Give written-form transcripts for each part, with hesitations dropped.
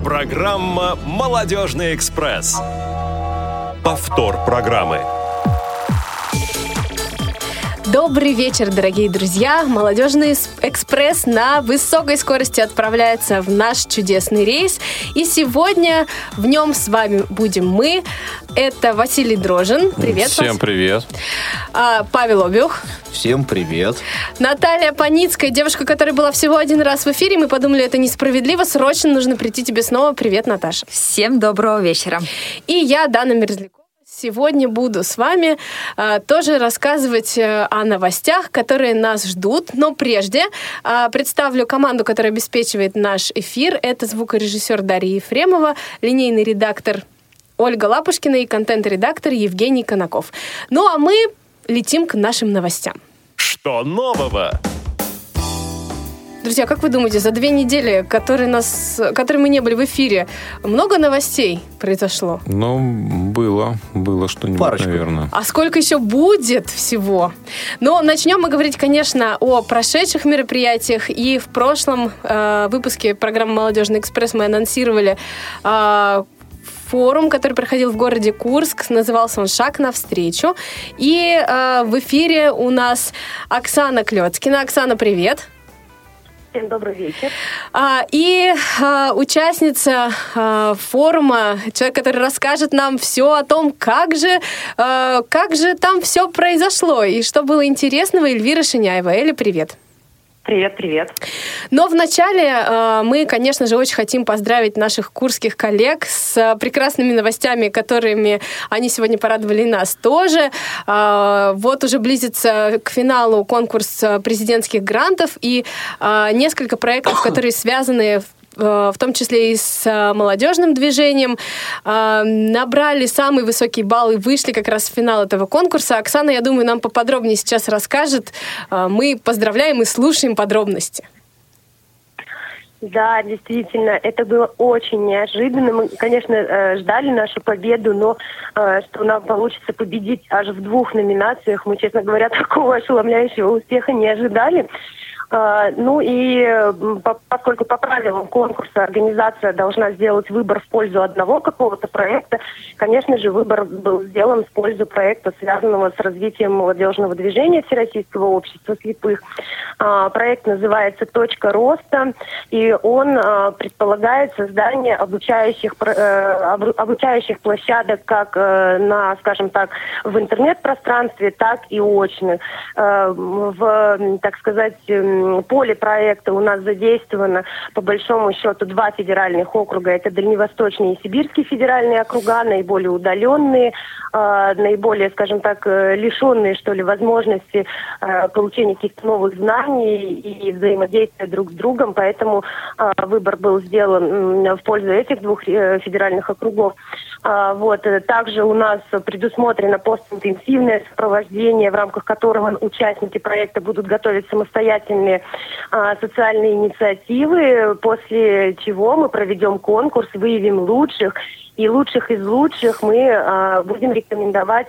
Программа «Молодежный экспресс». Повтор программы. Добрый вечер, дорогие друзья! Молодежный экспресс на высокой скорости отправляется в наш чудесный рейс. И сегодня в нем с вами будем мы. Это Василий Дрожин. Привет, Всем привет. Павел Обиух. Всем привет. Наталья Паницкая, девушка, которая была всего один раз в эфире. Мы подумали, это несправедливо. Срочно нужно прийти тебе снова. Привет, Наташа. Всем доброго вечера. И я, Дана Мерзлякова. Сегодня буду с вами тоже рассказывать о новостях, которые нас ждут. Но прежде представлю команду, которая обеспечивает наш эфир. Это звукорежиссер Дарья Ефремова, линейный редактор Ольга Лапушкина и контент-редактор Евгений Конаков. Ну а мы летим к нашим новостям. Что нового? Друзья, как вы думаете, за 2 недели, которые мы не были в эфире, много новостей произошло? Ну, было что-нибудь, Парочку. наверное. А сколько еще будет всего? Но начнем мы говорить, конечно, о прошедших мероприятиях. И в прошлом выпуске программы «Молодежный экспресс» мы анонсировали форум, который проходил в городе Курск. Назывался он «Шаг навстречу». И в эфире у нас Оксана Клёцкина. Оксана, привет! Всем добрый вечер. И участница форума, человек, который расскажет нам все о том, как же там все произошло и что было интересного, Эльвира Шиняева. Эля, привет. Привет. Но вначале мы, конечно же, очень хотим поздравить наших курских коллег с прекрасными новостями, которыми они сегодня порадовали нас тоже. Вот уже близится к финалу конкурс президентских грантов, и несколько проектов, которые связаны в том числе и с молодежным движением, набрали самый высокий балл и вышли как раз в финал этого конкурса. Оксана, я думаю, нам поподробнее сейчас расскажет. Мы поздравляем и слушаем подробности. Да, действительно, это было очень неожиданно. Мы, конечно, ждали нашу победу, но что нам получится победить аж в 2 номинациях, мы, честно говоря, такого ошеломляющего успеха не ожидали. Ну и поскольку по правилам конкурса организация должна сделать выбор в пользу одного какого-то проекта, конечно же, выбор был сделан в пользу проекта, связанного с развитием молодежного движения Всероссийского общества слепых. Проект называется «Точка роста», и он предполагает создание обучающих площадок как на, скажем так, в интернет-пространстве, так и очно. Так сказать, поле проекта у нас задействовано, по большому счету, 2 федеральных округа. Это Дальневосточный и Сибирский федеральные округа, наиболее удаленные, наиболее, скажем так, лишенные, что ли, возможности получения каких-то новых знаний и взаимодействия друг с другом. Поэтому выбор был сделан в пользу этих 2 федеральных округов. Вот. Также у нас предусмотрено постинтенсивное сопровождение, в рамках которого участники проекта будут готовить самостоятельные социальные инициативы, после чего мы проведем конкурс, выявим лучших, и лучших из лучших мы будем рекомендовать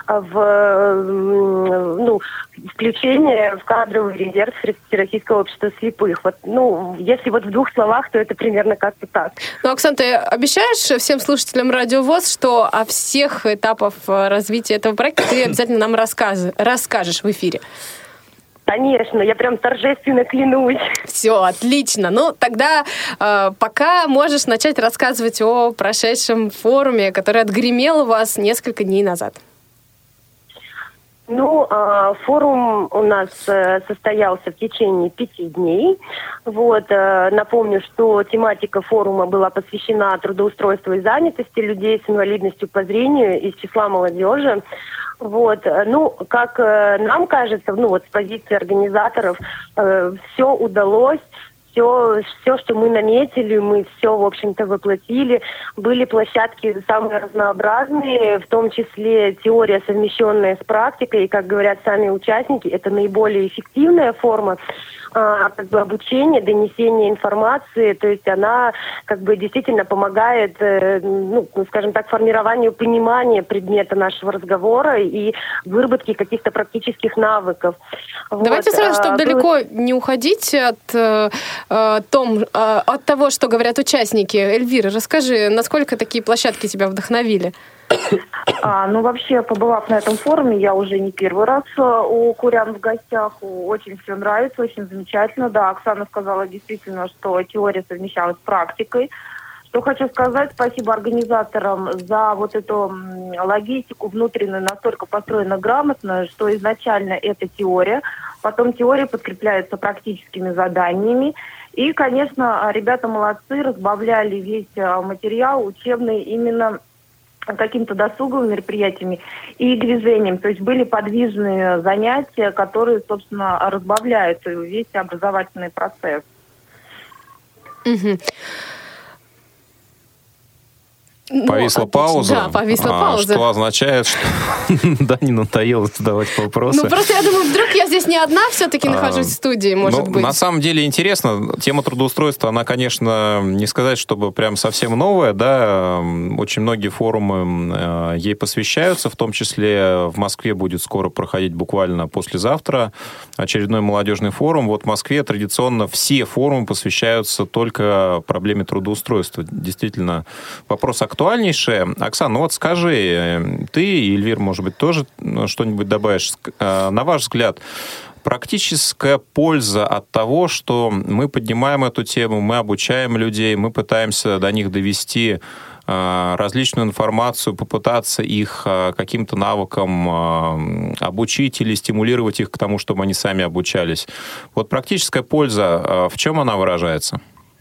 в включение в кадровый резерв Всероссийского общества слепых. Вот, если вот в 2 словах, то это примерно как-то так. Ну, Оксана, ты обещаешь всем слушателям Радио ВОС, что о всех этапах развития этого проекта ты обязательно нам расскажешь в эфире? Конечно, я прям торжественно клянусь. Все, отлично. Ну, тогда пока можешь начать рассказывать о прошедшем форуме, который отгремел у вас несколько дней назад. Форум у нас состоялся в течение 5 дней. Вот, напомню, что тематика форума была посвящена трудоустройству и занятости людей с инвалидностью по зрению из числа молодежи. Вот, как нам кажется, с позиции организаторов, все удалось. Все, что мы наметили, мы все, в общем-то, воплотили. Были площадки самые разнообразные, в том числе теория, совмещенная с практикой. И, как говорят сами участники, это наиболее эффективная форма как бы обучение, донесение информации, то есть она как бы действительно помогает, ну, скажем так, формированию понимания предмета нашего разговора и выработке каких-то практических навыков. Давайте сразу, чтобы далеко не уходить от того, что говорят участники. Эльвира, расскажи, насколько такие площадки тебя вдохновили? Ну, вообще, побывав на этом форуме, я уже не первый раз у курян в гостях. Очень все нравится, очень замечательно. Да, Оксана сказала действительно, что теория совмещалась с практикой. Что хочу сказать, спасибо организаторам за вот эту логистику внутреннюю, настолько построена грамотно, что изначально это теория, потом теория подкрепляется практическими заданиями. И, конечно, ребята молодцы, разбавляли весь материал учебный именно каким-то досуговыми мероприятиями и движением. То есть были подвижные занятия, которые, собственно, разбавляют весь образовательный процесс. Угу. Повисла пауза. Да, повисла пауза. Что означает, что да, не надоело задавать вопросы. Ну, просто я думаю, вдруг я здесь не одна все-таки нахожусь в студии, может быть. На самом деле интересно. Тема трудоустройства, она, конечно, не сказать, чтобы прям совсем новая, да. Очень многие форумы ей посвящаются, в том числе в Москве будет скоро проходить буквально послезавтра очередной молодежный форум. Вот в Москве традиционно все форумы посвящаются только проблеме трудоустройства. Действительно, вопрос актуальнейшее. Оксана, ну вот скажи, ты и Эльвир, может быть, тоже что-нибудь добавишь. На ваш взгляд, практическая польза от того, что мы поднимаем эту тему, мы обучаем людей, мы пытаемся до них довести различную информацию, попытаться их каким-то навыкам обучить или стимулировать их к тому, чтобы они сами обучались. Вот практическая польза, в чем она выражается?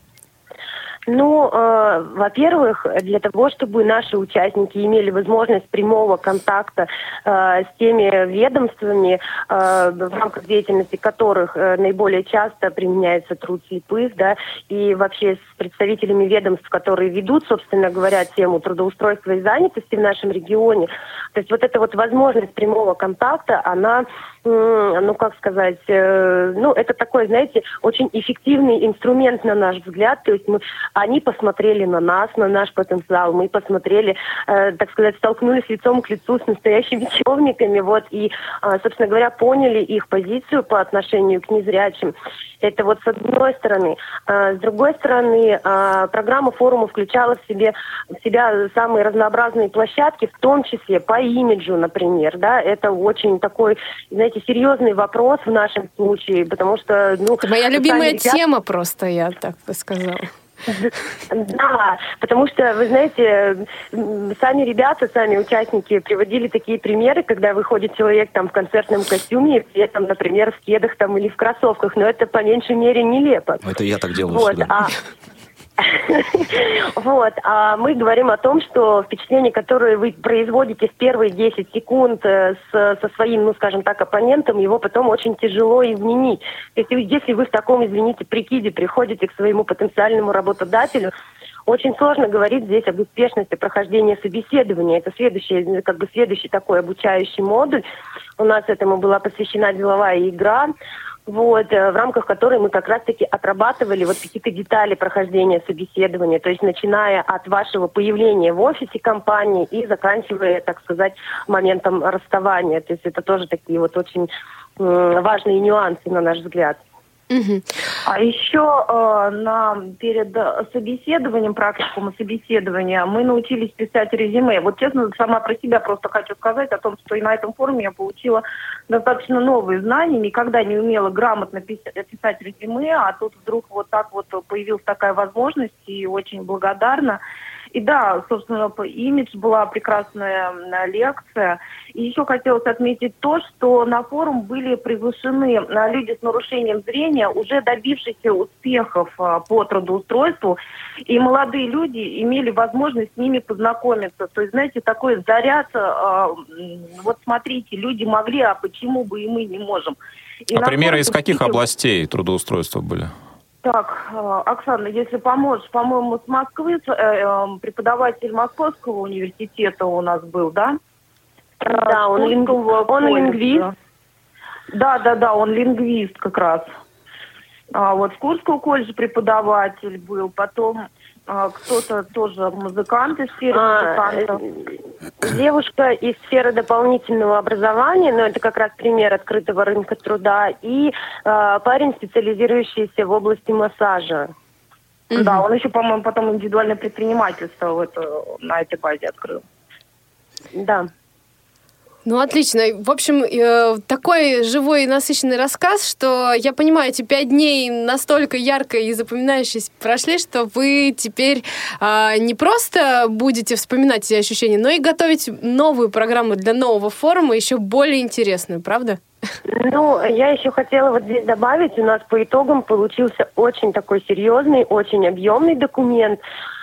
Ну, во-первых, для того, чтобы наши участники имели возможность прямого контакта с теми ведомствами, в рамках деятельности которых наиболее часто применяется труд слепых, да, и вообще с представителями ведомств, которые ведут, собственно говоря, тему трудоустройства и занятости в нашем регионе. То есть вот эта вот возможность прямого контакта, она, ну, как сказать, ну, это такой, знаете, очень эффективный инструмент, на наш взгляд. То есть они посмотрели на нас, на наш потенциал, мы посмотрели, так сказать, столкнулись лицом к лицу с настоящими чиновниками, вот, и, собственно говоря, поняли их позицию по отношению к незрячим. Это вот с одной стороны. С другой стороны, программа форума включала в себя самые разнообразные площадки, в том числе по имиджу, например, да, это очень такой, знаете, серьезный вопрос в нашем случае, потому что, ну... Это моя любимая тема просто, я так бы сказала. Да, потому что, вы знаете, сами ребята, сами участники приводили такие примеры, когда выходит человек там в концертном костюме, и при этом, например, в кедах там или в кроссовках, но это по меньшей мере нелепо. Это я так делаю вот, всегда. Вот, а мы говорим о том, что впечатление, которое вы производите в первые 10 секунд со своим, ну, скажем так, оппонентом, его потом очень тяжело изменить. То есть, если вы в таком, извините, прикиде приходите к своему потенциальному работодателю, очень сложно говорить здесь об успешности прохождения собеседования. Это следующий такой обучающий модуль. У нас этому была посвящена деловая игра, вот, в рамках которой мы как раз-таки отрабатывали вот какие-то детали прохождения собеседования, то есть начиная от вашего появления в офисе компании и заканчивая, так сказать, моментом расставания. То есть это тоже такие вот очень важные нюансы, на наш взгляд. Угу. А еще перед собеседованием, практикумом собеседования, мы научились писать резюме. Вот честно, сама про себя просто хочу сказать о том, что и на этом форуме я получила достаточно новые знания, никогда не умела грамотно писать резюме, а тут вдруг вот так вот появилась такая возможность, и очень благодарна. И да, собственно, имидж была прекрасная лекция. И еще хотелось отметить то, что на форум были приглашены люди с нарушением зрения, уже добившиеся успехов по трудоустройству. И молодые люди имели возможность с ними познакомиться. То есть, знаете, такой заряд, вот смотрите, люди могли, а почему бы и мы не можем. И примеры из каких областей трудоустройства были? Так, Оксана, если поможешь, по-моему, с Москвы, преподаватель Московского университета у нас был, да? Да, он лингвист. Да, он лингвист как раз. Вот в Курском колледже преподаватель был, потом кто-то тоже музыкант из сферы музыкантов. Девушка из сферы дополнительного образования, но это как раз пример открытого рынка труда, и парень, специализирующийся в области массажа. Да, он еще, по-моему, потом индивидуальное предпринимательство на этой базе открыл. Да. Ну, отлично. В общем, такой живой и насыщенный рассказ, что я понимаю, эти 5 дней настолько ярко и запоминающиеся прошли, что вы теперь не просто будете вспоминать эти ощущения, но и готовить новую программу для нового форума, еще более интересную, правда? Ну, я еще хотела вот здесь добавить, у нас по итогам получился очень такой серьезный, очень объемный документ,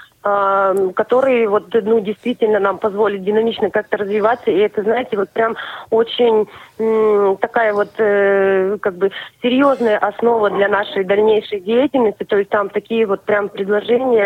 который вот, ну, действительно нам позволит динамично как-то развиваться. И это, знаете, вот прям очень такая вот как бы серьезная основа для нашей дальнейшей деятельности. То есть там такие вот прям предложения,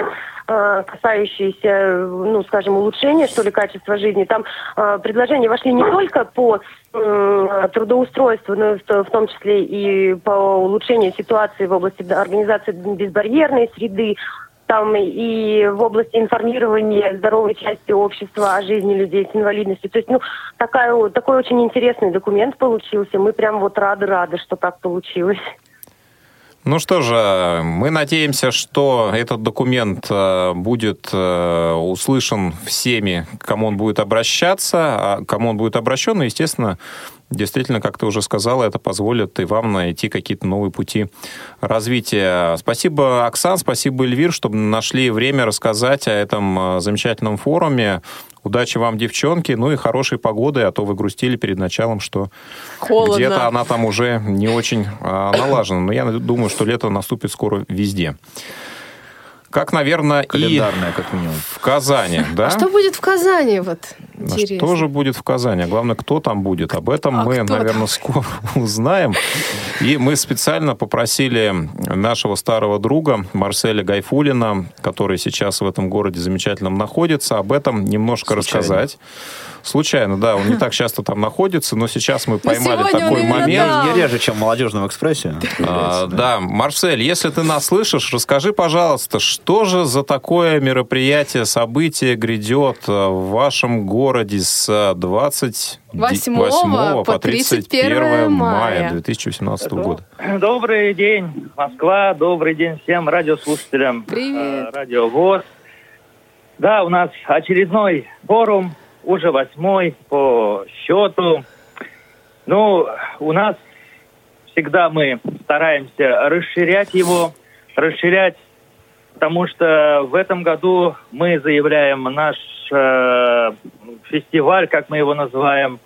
касающиеся, ну, скажем, улучшения, что ли, качества жизни. Там предложения вошли не только по трудоустройству, но в том числе и по улучшению ситуации в области организации безбарьерной среды, там и в области информирования здоровой части общества о жизни людей с инвалидностью. То есть, ну, такой очень интересный документ получился. Мы прям вот рады, что так получилось. Ну что же, мы надеемся, что этот документ будет услышан всеми, к кому он будет обращаться, а кому он будет обращен, естественно, действительно, как ты уже сказала, это позволит и вам найти какие-то новые пути развития. Спасибо, Оксан, спасибо, Эльвир, что нашли время рассказать о этом замечательном форуме. Удачи вам, девчонки, ну и хорошей погоды, а то вы грустили перед началом, что холодно. Где-то она там уже не очень налажена. Но я думаю, что лето наступит скоро везде. Как, наверное, календарная, как минимум. В Казани, да? А что будет в Казани, вот, интересно? Что же будет в Казани? А главное, кто там будет? Об этом мы, наверное, скоро узнаем. И мы специально попросили нашего старого друга Марселя Гайфуллина, который сейчас в этом городе замечательном находится, об этом немножко рассказать. Случайно, да, он не так часто там находится, но сейчас мы поймали такой момент. Не реже, чем в «Молодежном экспрессе». Да, Марсель, если ты нас слышишь, расскажи, пожалуйста, что же за такое мероприятие, событие грядет в вашем городе с 28 по 31 мая 2018 года? Добрый день, Москва, добрый день всем радиослушателям. Привет. Радио ВОС. Да, у нас очередной форум, уже 8-й по счету. Ну, у нас всегда мы стараемся расширять его, потому что в этом году мы заявляем наш фестиваль, как мы его называем,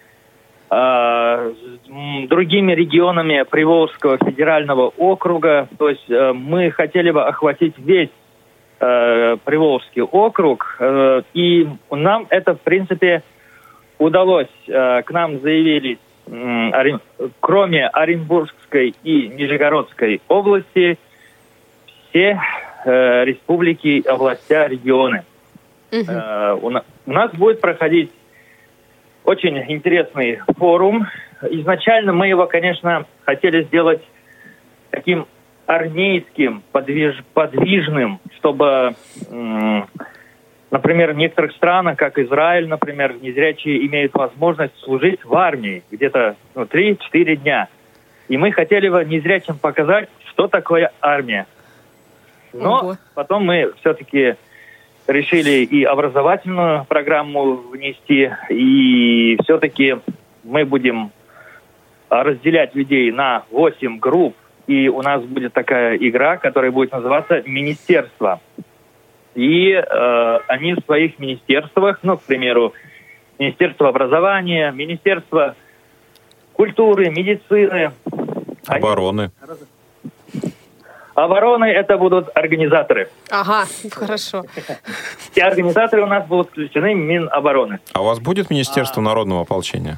другими регионами Приволжского федерального округа. То есть мы хотели бы охватить весь Приволжский округ, и нам это, в принципе, удалось. К нам заявились, кроме Оренбургской и Нижегородской области, все республики, областя, регионы. У нас будет проходить очень интересный форум. Изначально мы его, конечно, хотели сделать таким армейским, подвижным, чтобы, например, в некоторых странах, как Израиль, например, незрячие имеют возможность служить в армии где-то 3-4 дня. И мы хотели бы незрячим показать, что такое армия. Но потом мы все-таки решили и образовательную программу внести, и все-таки мы будем разделять людей на 8 групп. И у нас будет такая игра, которая будет называться «Министерство». И они в своих министерствах, ну, к примеру, Министерство образования, Министерство культуры, медицины. Обороны. Обороны — это будут организаторы. Ага, хорошо. И организаторы у нас будут включены Минобороны. А у вас будет Министерство народного ополчения?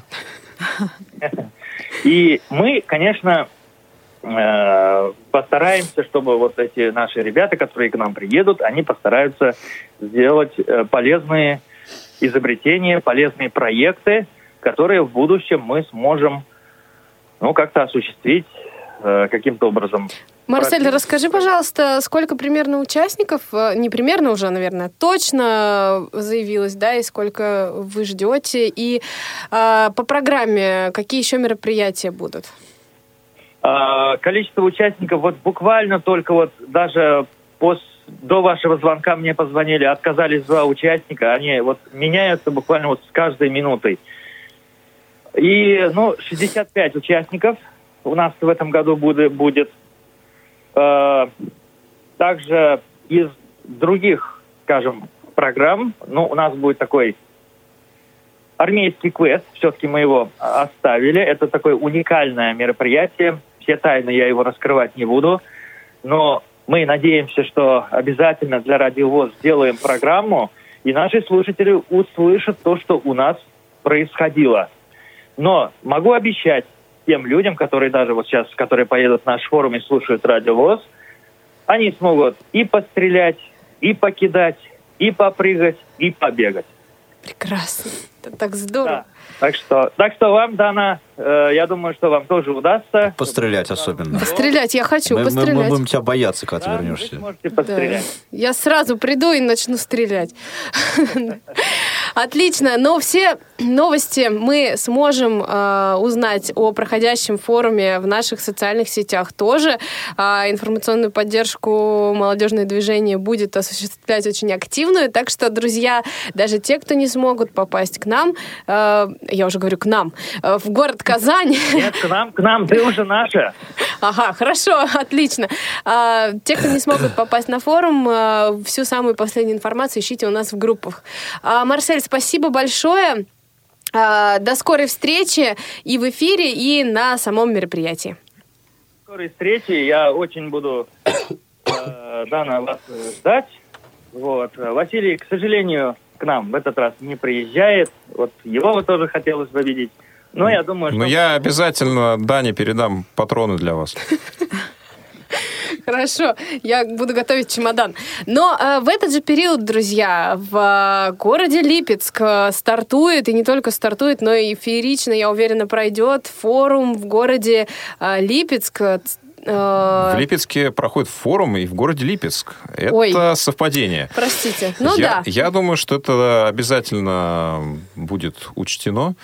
И мы, конечно, постараемся, чтобы вот эти наши ребята, которые к нам приедут, они постараются сделать полезные изобретения, полезные проекты, которые в будущем мы сможем, ну, как-то осуществить каким-то образом. Марсель, расскажи, пожалуйста, сколько примерно участников, не примерно уже, наверное, точно заявилось, да, и сколько вы ждете, и по программе какие еще мероприятия будут? Количество участников, вот буквально только вот даже до вашего звонка мне позвонили, отказались 2 участника, они вот меняются буквально вот с каждой минутой. И, 65 участников у нас в этом году будет. Также из других, скажем, программ, у нас будет такой армейский квест, все-таки мы его оставили. Это такое уникальное мероприятие. Все тайны я его раскрывать не буду. Но мы надеемся, что обязательно для Радио ВОС сделаем программу, и наши слушатели услышат то, что у нас происходило. Но могу обещать тем людям, которые даже вот сейчас, которые поедут в наш форум и слушают Радио ВОС, они смогут и пострелять, и покидать, и попрыгать, и побегать. Прекрасно. Это так здорово. Да. Так что вам, Дана, я думаю, что вам тоже удастся. Пострелять особенно. Пострелять, я хочу пострелять. Мы будем тебя бояться, когда ты вернешься. Вы сможете пострелять. Да. Я сразу приду и начну стрелять. Отлично, но все новости мы сможем узнать о проходящем форуме в наших социальных сетях тоже. Информационную поддержку молодежное движение будет осуществлять очень активную, так что, друзья, даже те, кто не смогут попасть к нам, я уже говорю к нам, в город Казань. Нет, к нам, ты уже наша. Ага, хорошо, отлично. Те, кто не смогут попасть на форум, всю самую последнюю информацию ищите у нас в группах. Марсель, спасибо большое. До скорой встречи и в эфире, и на самом мероприятии. До скорой встречи. Я очень буду, Дана, вас ждать. Василий, к сожалению, к нам в этот раз не приезжает. Его тоже хотелось бы видеть. Но я думаю, что... я обязательно Дане передам патроны для вас. Хорошо, я буду готовить чемодан. Но в этот же период, друзья, в городе Липецк стартует, и не только стартует, но и феерично, я уверена, пройдет форум в городе Липецк. В Липецке проходит форум и в городе Липецк. Это совпадение. Простите. Я думаю, что это обязательно будет учтено.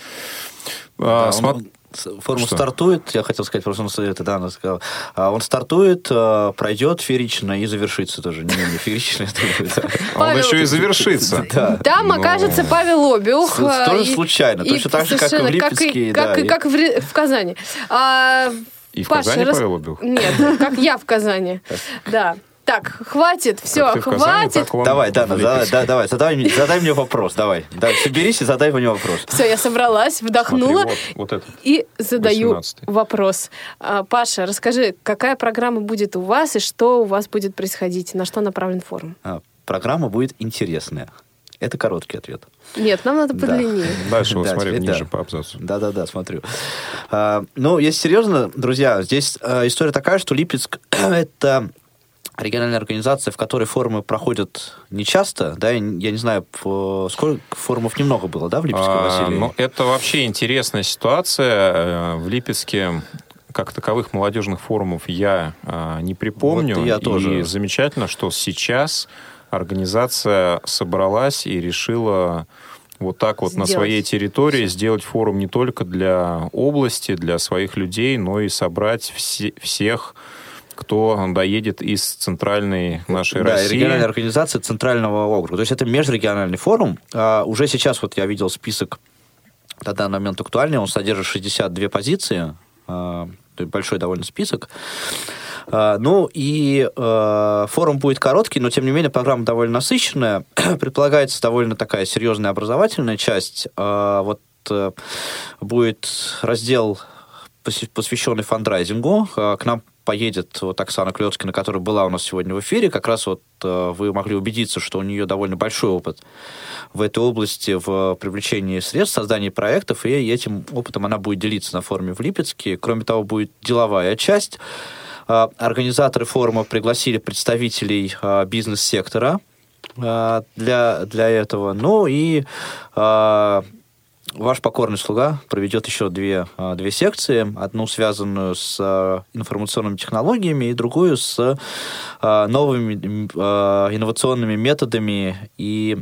Форум стартует, я хотел сказать, просто Дана сказала, он стартует, пройдет феерично и завершится тоже, не менее феерично. Он еще и завершится. Там окажется Павел Обиух. Тоже случайно, точно так же, как и в Липецке. Как в Казани. И в Казани Павел Обиух? Нет, как я в Казани. Да. Так, хватит, все, хватит. Давай, Дана, давай, задай мне вопрос, давай. Соберись и задай мне вопрос. Все, я собралась, вдохнула. Смотри, и задаю 18-й. вопрос. Паша, расскажи, какая программа будет у вас и что у вас будет происходить? На что направлен форум? Программа будет интересная. Это короткий ответ. Нет, нам надо подлиннее. Дальше смотри ниже по абзацу. Да, смотрю. Если серьезно, друзья, здесь история такая, что Липецк — это региональная организация, в которой форумы проходят нечасто, да, я не знаю, сколько форумов немного было, да, в Липецке, Василий? Это вообще интересная ситуация. В Липецке как таковых молодежных форумов я не припомню. Я тоже. И замечательно, что сейчас организация собралась и решила на своей территории сделать форум не только для области, для своих людей, но и собрать всех, кто доедет из центральной нашей России. Да, региональная организация Центрального округа. То есть это межрегиональный форум. Уже сейчас я видел список, на данный момент актуальный, он содержит 62 позиции, большой довольно список. Форум будет короткий, но, тем не менее, программа довольно насыщенная. Предполагается довольно такая серьезная образовательная часть. Будет раздел, посвященный фандрайзингу. К нам поедет Оксана Клёцкина, которая была у нас сегодня в эфире. Как раз вы могли убедиться, что у нее довольно большой опыт в этой области в привлечении средств, создании проектов, и этим опытом она будет делиться на форуме в Липецке. Кроме того, будет деловая часть. Организаторы форума пригласили представителей бизнес-сектора для этого. ваш покорный слуга проведет еще две секции. Одну, связанную с информационными технологиями, и другую с новыми инновационными методами и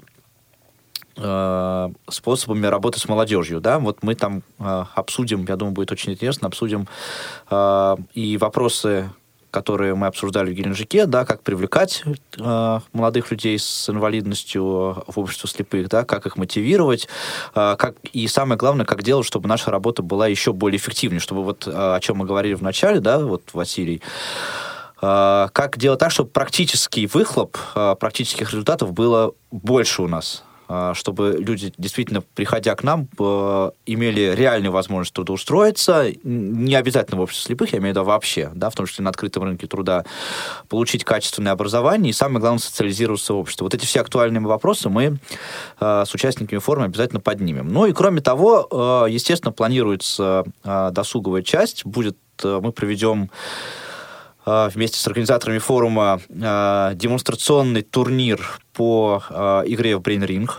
способами работы с молодежью. Да? Вот мы там обсудим, я думаю, будет очень интересно, обсудим и вопросы, которые мы обсуждали в Геленджике, да, как привлекать молодых людей с инвалидностью в общество слепых, да, как их мотивировать, и самое главное, как делать, чтобы наша работа была еще более эффективнее, чтобы вот о чем мы говорили в начале, да, вот Василий, как делать так, чтобы практический выхлоп, практических результатов было больше у нас, чтобы люди, действительно, приходя к нам, имели реальную возможность трудоустроиться, не обязательно в обществе слепых, я имею в виду вообще, да, в том числе на открытом рынке труда, получить качественное образование и, самое главное, социализироваться в обществе. Вот эти все актуальные вопросы мы с участниками форума обязательно поднимем. Ну и, кроме того, естественно, планируется досуговая часть. Мы проведем вместе с организаторами форума демонстрационный турнир по игре в Brain Ring.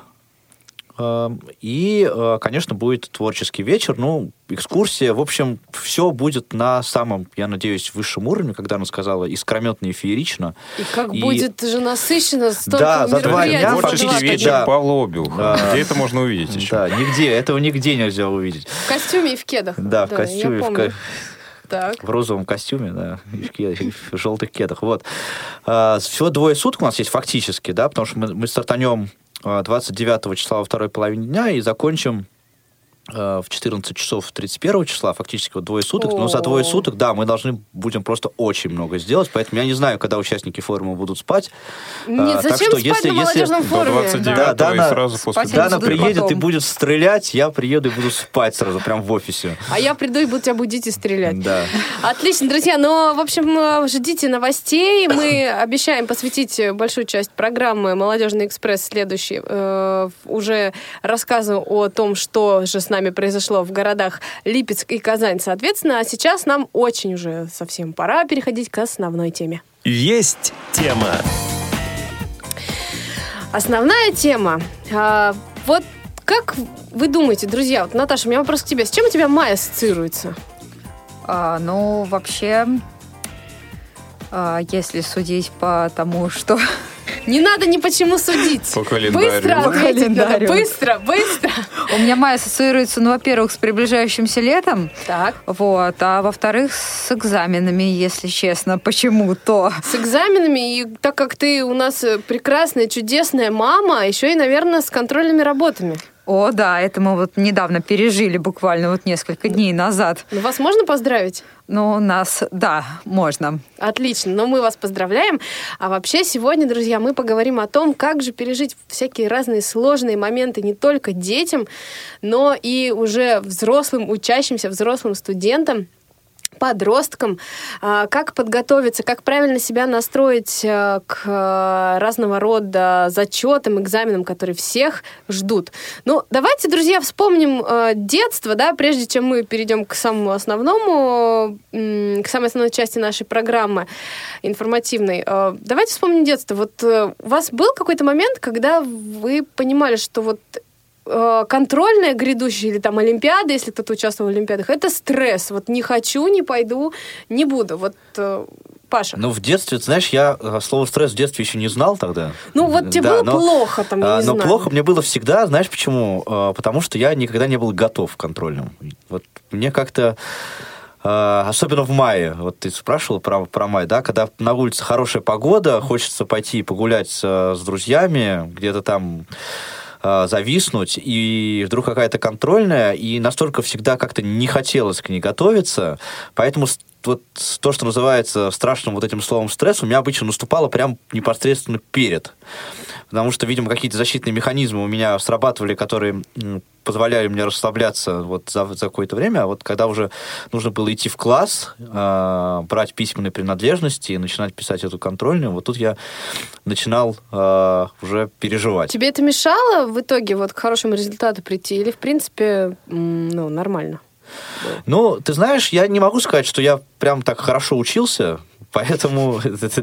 И, конечно, будет творческий вечер, экскурсия. В общем, все будет на самом, я надеюсь, высшем уровне, когда она сказала, искрометно и феерично. И как будет же насыщенно столько мероприятий. Творческий вечер Павла Обиуха. Где это можно увидеть еще? Да, этого нигде нельзя увидеть. В костюме и в кедах. Да, в костюме, Так. В розовом костюме, да, и в желтых кедах. Вот. Всего 2 суток у нас есть фактически, да, потому что мы стартанем 29 числа во второй половине дня и закончим в 14 часов 31 числа, фактически 2 суток. Но за 2 суток, да, мы должны будем просто очень много сделать, поэтому я не знаю, когда участники форума будут спать. Нет, зачем спать на молодежном форуме? До 29 и сразу после. Дана приедет и будет стрелять, я приеду и буду спать сразу, прям в офисе. А я приду и буду тебя будить и стрелять. Да. Отлично, друзья. В общем, ждите новостей. Мы обещаем посвятить большую часть программы «Молодежный экспресс» следующий уже рассказу о том, что же с нами произошло в городах Липецк и Казань, соответственно. А сейчас нам очень уже совсем пора переходить к основной теме. Есть тема. Основная тема. Вот как вы думаете, друзья, вот, Наташа, у меня вопрос к тебе. С чем у тебя май ассоциируется? Вообще, если судить по тому, что... Не надо ни почему судить. По календарю. Быстро ответить надо. Быстро. У меня май ассоциируется, во-первых, с приближающимся летом. Так. Вот. А во-вторых, с экзаменами, если честно. Почему-то. С экзаменами, и так как ты у нас прекрасная, чудесная мама, еще и, наверное, с контрольными работами. О, да, это мы недавно пережили, буквально несколько дней назад. Вас можно поздравить? Нас, да, можно. Отлично, но мы вас поздравляем. А вообще сегодня, друзья, мы поговорим о том, как же пережить всякие разные сложные моменты не только детям, но и уже взрослым учащимся, взрослым студентам, подросткам, как подготовиться, как правильно себя настроить к разного рода зачетам, экзаменам, которые всех ждут. Давайте, друзья, вспомним детство, да, прежде чем мы перейдем к самому основному, к самой основной части нашей программы информативной. Давайте вспомним детство. Вот у вас был какой-то момент, когда вы понимали, что контрольная грядущая или там олимпиада, если кто-то участвовал в олимпиадах, это стресс. Не хочу, не пойду, не буду. Паша. В детстве, знаешь, я слово «стресс» в детстве еще не знал тогда. Тебе было плохо, я не знаю. Но плохо мне было всегда, знаешь почему? Потому что я никогда не был готов к контрольным. Мне как-то... Особенно в мае. Ты спрашивал про май, да? Когда на улице хорошая погода, хочется пойти погулять с друзьями, где-то там... зависнуть, и вдруг какая-то контрольная, и настолько всегда как-то не хотелось к ней готовиться, поэтому то, что называется страшным этим словом «стресс», у меня обычно наступало прям непосредственно перед. Потому что, видимо, какие-то защитные механизмы у меня срабатывали, которые позволяли мне расслабляться за какое-то время. А когда уже нужно было идти в класс, брать письменные принадлежности и начинать писать эту контрольную, тут я начинал уже переживать. Тебе это мешало в итоге к хорошему результату прийти? Или, в принципе, нормально? Ты знаешь, я не могу сказать, что я прям так хорошо учился, Поэтому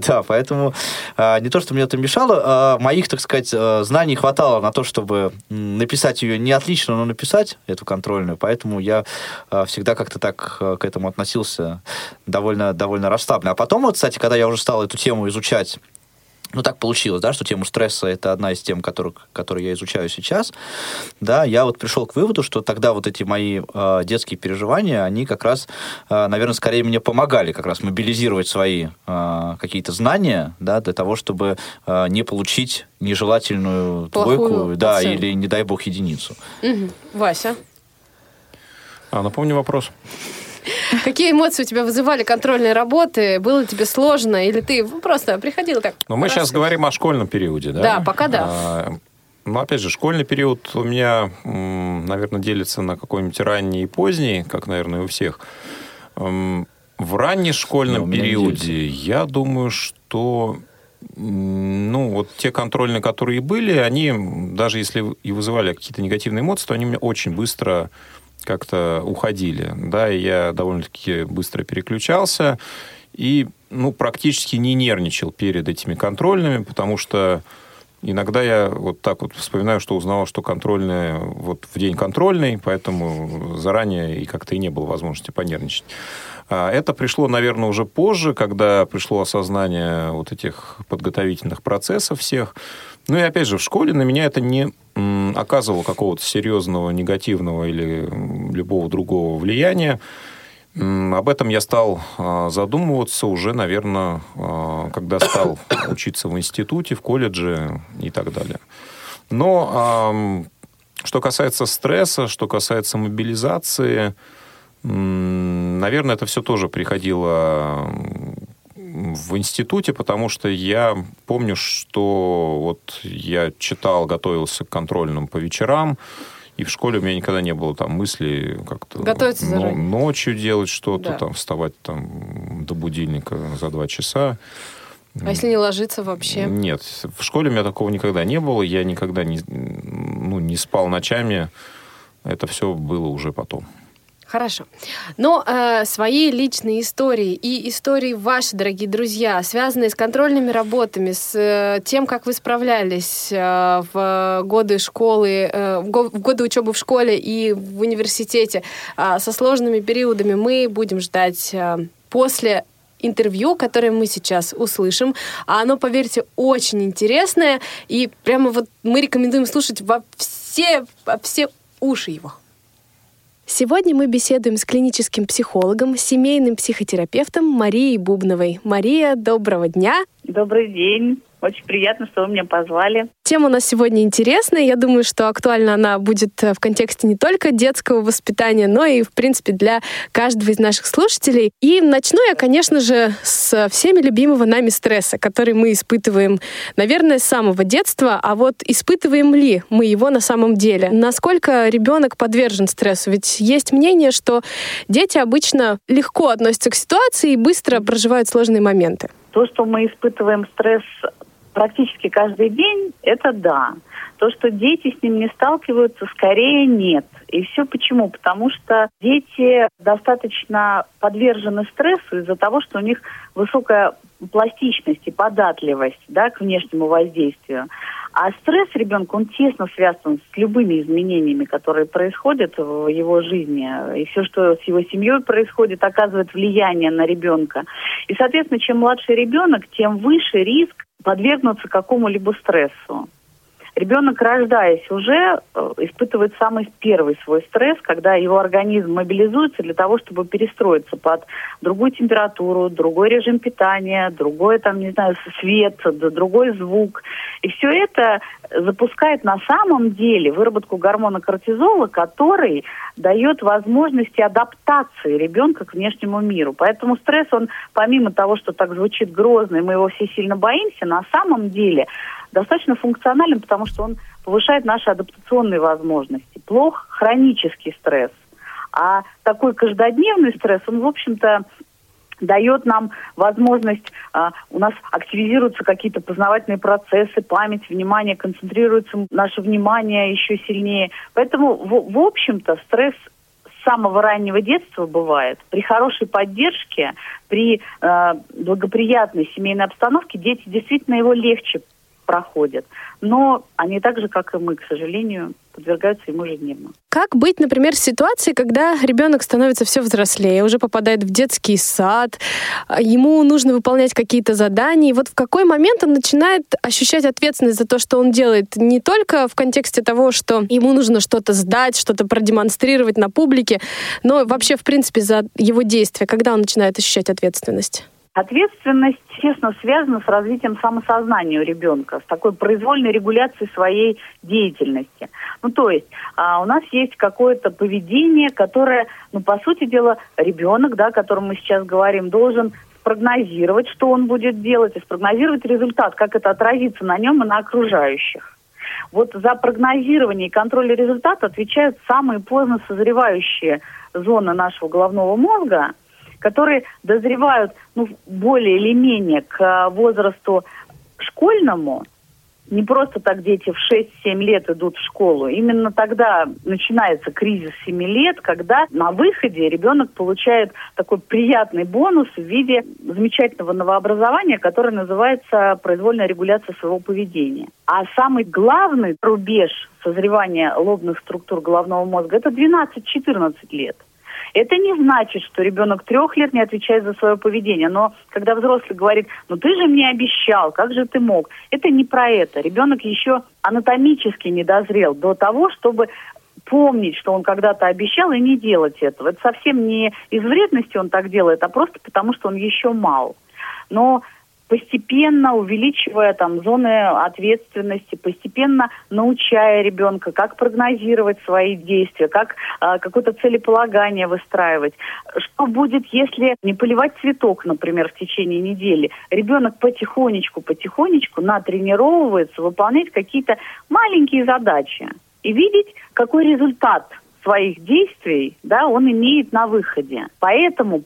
не то, что мне это мешало, моих, так сказать, знаний хватало на то, чтобы написать ее не отлично, но написать эту контрольную. Поэтому я всегда как-то так к этому относился довольно расслабленно. А потом, вот, кстати, когда я уже стал эту тему изучать, так получилось, да, что тему стресса — это одна из тем, которую я изучаю сейчас, да, я вот пришел к выводу, что тогда вот эти мои детские переживания, они как раз, наверное, скорее мне помогали как раз мобилизировать свои какие-то знания, да, для того, чтобы не получить нежелательную двойку, да, или, не дай бог, единицу. Угу. Вася? Напомни вопрос. Какие эмоции у тебя вызывали контрольные работы? Было ли тебе сложно? Или ты просто приходил так? Но мы сейчас говорим о школьном периоде, да? Да, пока да. Но, опять же, школьный период у меня, наверное, делится на какой-нибудь ранний и поздний, как, наверное, у всех. В раннешкольном периоде я думаю, что вот те контрольные, которые были, они, даже если и вызывали какие-то негативные эмоции, то они у меня очень быстро как-то уходили, да, и я довольно-таки быстро переключался и, практически не нервничал перед этими контрольными, потому что иногда я вот так вот вспоминаю, что узнал, что контрольные вот в день контрольной, поэтому заранее и как-то и не было возможности понервничать. Это пришло, наверное, уже позже, когда пришло осознание вот этих подготовительных процессов всех. И опять же, в школе на меня это не оказывало какого-то серьезного негативного или любого другого влияния. Об этом я стал задумываться уже, наверное, когда стал учиться в институте, в колледже и так далее. Но что касается стресса, что касается мобилизации, наверное, это все тоже приходило в институте, потому что я помню, что вот я читал, готовился к контрольным по вечерам, и в школе у меня никогда не было там мысли как-то ночью делать что-то, там вставать там до будильника за 2 часа. А если не ложиться вообще? Нет, в школе у меня такого никогда не было, я никогда не спал ночами, это все было уже потом. Хорошо. Но свои личные истории и истории ваши, дорогие друзья, связанные с контрольными работами, с тем, как вы справлялись в годы школы, в годы учебы в школе и в университете со сложными периодами, мы будем ждать после интервью, которое мы сейчас услышим. А оно, поверьте, очень интересное. И прямо вот мы рекомендуем слушать во все уши его. Сегодня мы беседуем с клиническим психологом, семейным психотерапевтом Марией Бубновой. Мария, доброго дня. Добрый день. Очень приятно, что вы меня позвали. Тема у нас сегодня интересная. Я думаю, что актуальна она будет в контексте не только детского воспитания, но и, в принципе, для каждого из наших слушателей. И начну я, конечно же, с всеми любимого нами стресса, который мы испытываем, наверное, с самого детства. А вот испытываем ли мы его на самом деле? Насколько ребенок подвержен стрессу? Ведь есть мнение, что дети обычно легко относятся к ситуации и быстро проживают сложные моменты. То, что мы испытываем стресс практически каждый день, это да. То, что дети с ним не сталкиваются, скорее нет. И все почему? Потому что дети достаточно подвержены стрессу из-за того, что у них высокая пластичность и податливость, да, к внешнему воздействию. А стресс ребенка, он тесно связан с любыми изменениями, которые происходят в его жизни. И все, что с его семьей происходит, оказывает влияние на ребенка. И, соответственно, чем младше ребенок, тем выше риск подвергнуться какому-либо стрессу. Ребенок, рождаясь, уже испытывает самый первый свой стресс, когда его организм мобилизуется для того, чтобы перестроиться под другую температуру, другой режим питания, другой, свет, другой звук. И все это запускает на самом деле выработку гормона кортизола, который дает возможности адаптации ребенка к внешнему миру. Поэтому стресс, он помимо того, что так звучит грозно, и мы его все сильно боимся, на самом деле достаточно функционален, потому что он повышает наши адаптационные возможности. Плох хронический стресс. А такой каждодневный стресс, он, в общем-то, дает нам возможность, у нас активизируются какие-то познавательные процессы, память, внимание, концентрируется наше внимание еще сильнее. Поэтому, в общем-то, стресс самого раннего детства бывает. При хорошей поддержке, при благоприятной семейной обстановке дети действительно его легче проходят. Но они так же, как и мы, к сожалению, подвергаются ему ежедневно. Как быть, например, в ситуации, когда ребенок становится все взрослее, уже попадает в детский сад, ему нужно выполнять какие-то задания, и вот в какой момент он начинает ощущать ответственность за то, что он делает, не только в контексте того, что ему нужно что-то сдать, что-то продемонстрировать на публике, но вообще, в принципе, за его действия, когда он начинает ощущать ответственность? Ответственность, естественно, связана с развитием самосознания у ребенка, с такой произвольной регуляцией своей деятельности. То есть у нас есть какое-то поведение, которое, по сути дела, ребенок, о котором мы сейчас говорим, должен спрогнозировать, что он будет делать, и спрогнозировать результат, как это отразится на нем и на окружающих. Вот за прогнозирование и контроль результата отвечают самые поздно созревающие зоны нашего головного мозга, которые дозревают более или менее к возрасту школьному. Не просто так дети в 6-7 лет идут в школу. Именно тогда начинается кризис 7 лет, когда на выходе ребенок получает такой приятный бонус в виде замечательного новообразования, которое называется произвольная регуляция своего поведения. А самый главный рубеж созревания лобных структур головного мозга – это 12-14 лет. Это не значит, что ребенок 3 лет не отвечает за свое поведение. Но когда взрослый говорит, ты же мне обещал, как же ты мог? Это не про это. Ребенок еще анатомически не дозрел до того, чтобы помнить, что он когда-то обещал, и не делать этого. Это совсем не из вредности он так делает, а просто потому, что он еще мал. Но постепенно увеличивая зоны ответственности, постепенно научая ребенка, как прогнозировать свои действия, как какое-то целеполагание выстраивать. Что будет, если не поливать цветок, например, в течение недели? Ребенок потихонечку натренировывается выполнять какие-то маленькие задачи и видеть, какой результат своих действий, он имеет на выходе. Поэтому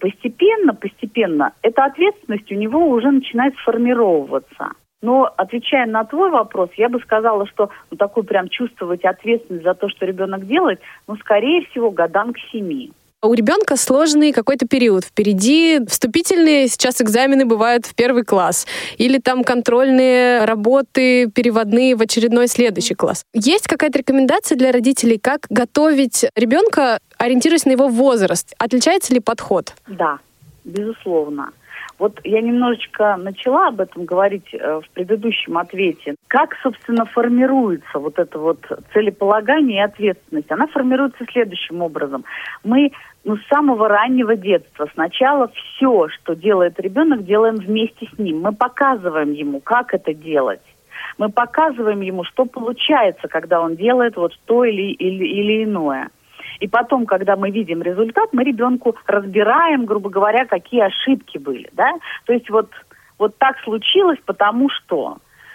постепенно эта ответственность у него уже начинает сформироваться. Но, отвечая на твой вопрос, я бы сказала, что такую прям чувствовать ответственность за то, что ребенок делает, скорее всего, годам к 7. У ребенка сложный какой-то период. Впереди вступительные сейчас экзамены бывают в 1 класс. Или контрольные работы, переводные в очередной следующий класс. Есть какая-то рекомендация для родителей, как готовить ребенка, ориентируясь на его возраст? Отличается ли подход? Да, безусловно. Вот я немножечко начала об этом говорить в предыдущем ответе. Как, собственно, формируется это целеполагание и ответственность? Она формируется следующим образом. Мы с самого раннего детства сначала все, что делает ребенок, делаем вместе с ним. Мы показываем ему, как это делать. Мы показываем ему, что получается, когда он делает то или иное. И потом, когда мы видим результат, мы ребенку разбираем, грубо говоря, какие ошибки были. То есть вот так случилось, потому что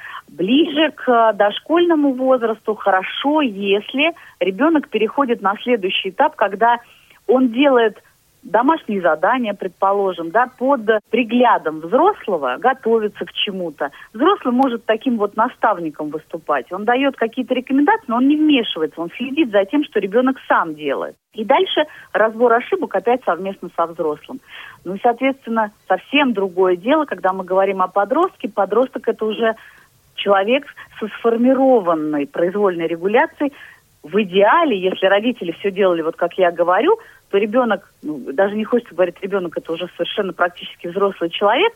ближе к дошкольному возрасту хорошо, если ребенок переходит на следующий этап, когда он делает домашние задания, предположим, под приглядом взрослого, готовится к чему-то. Взрослый может таким наставником выступать. Он дает какие-то рекомендации, но он не вмешивается, он следит за тем, что ребенок сам делает. И дальше разбор ошибок опять совместно со взрослым. И, соответственно, совсем другое дело, когда мы говорим о подростке. Подросток – это уже человек со сформированной произвольной регуляцией. В идеале, если родители все делали как я говорю, то ребенок, даже не хочется говорить ребенок, это уже совершенно практически взрослый человек,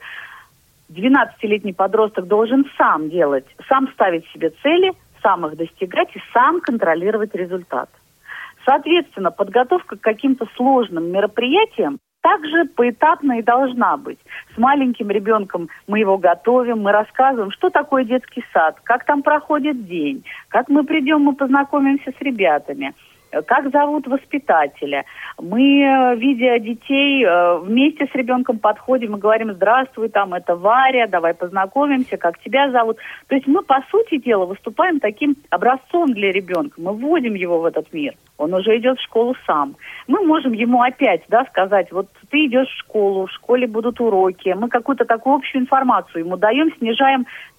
12-летний подросток должен сам делать, сам ставить себе цели, сам их достигать и сам контролировать результат. Соответственно, подготовка к каким-то сложным мероприятиям также поэтапно и должна быть. С маленьким ребенком мы его готовим, мы рассказываем, что такое детский сад, как там проходит день, как мы придем, мы познакомимся с ребятами, как зовут воспитателя. Мы, видя детей, вместе с ребенком подходим и говорим: здравствуй, это Варя, давай познакомимся, как тебя зовут. То есть мы, по сути дела, выступаем таким образцом для ребенка. Мы вводим его в этот мир. Он уже идет в школу сам. Мы можем ему опять сказать: ты идешь в школу, в школе будут уроки. Мы какую-то такую общую информацию ему даем, снижаем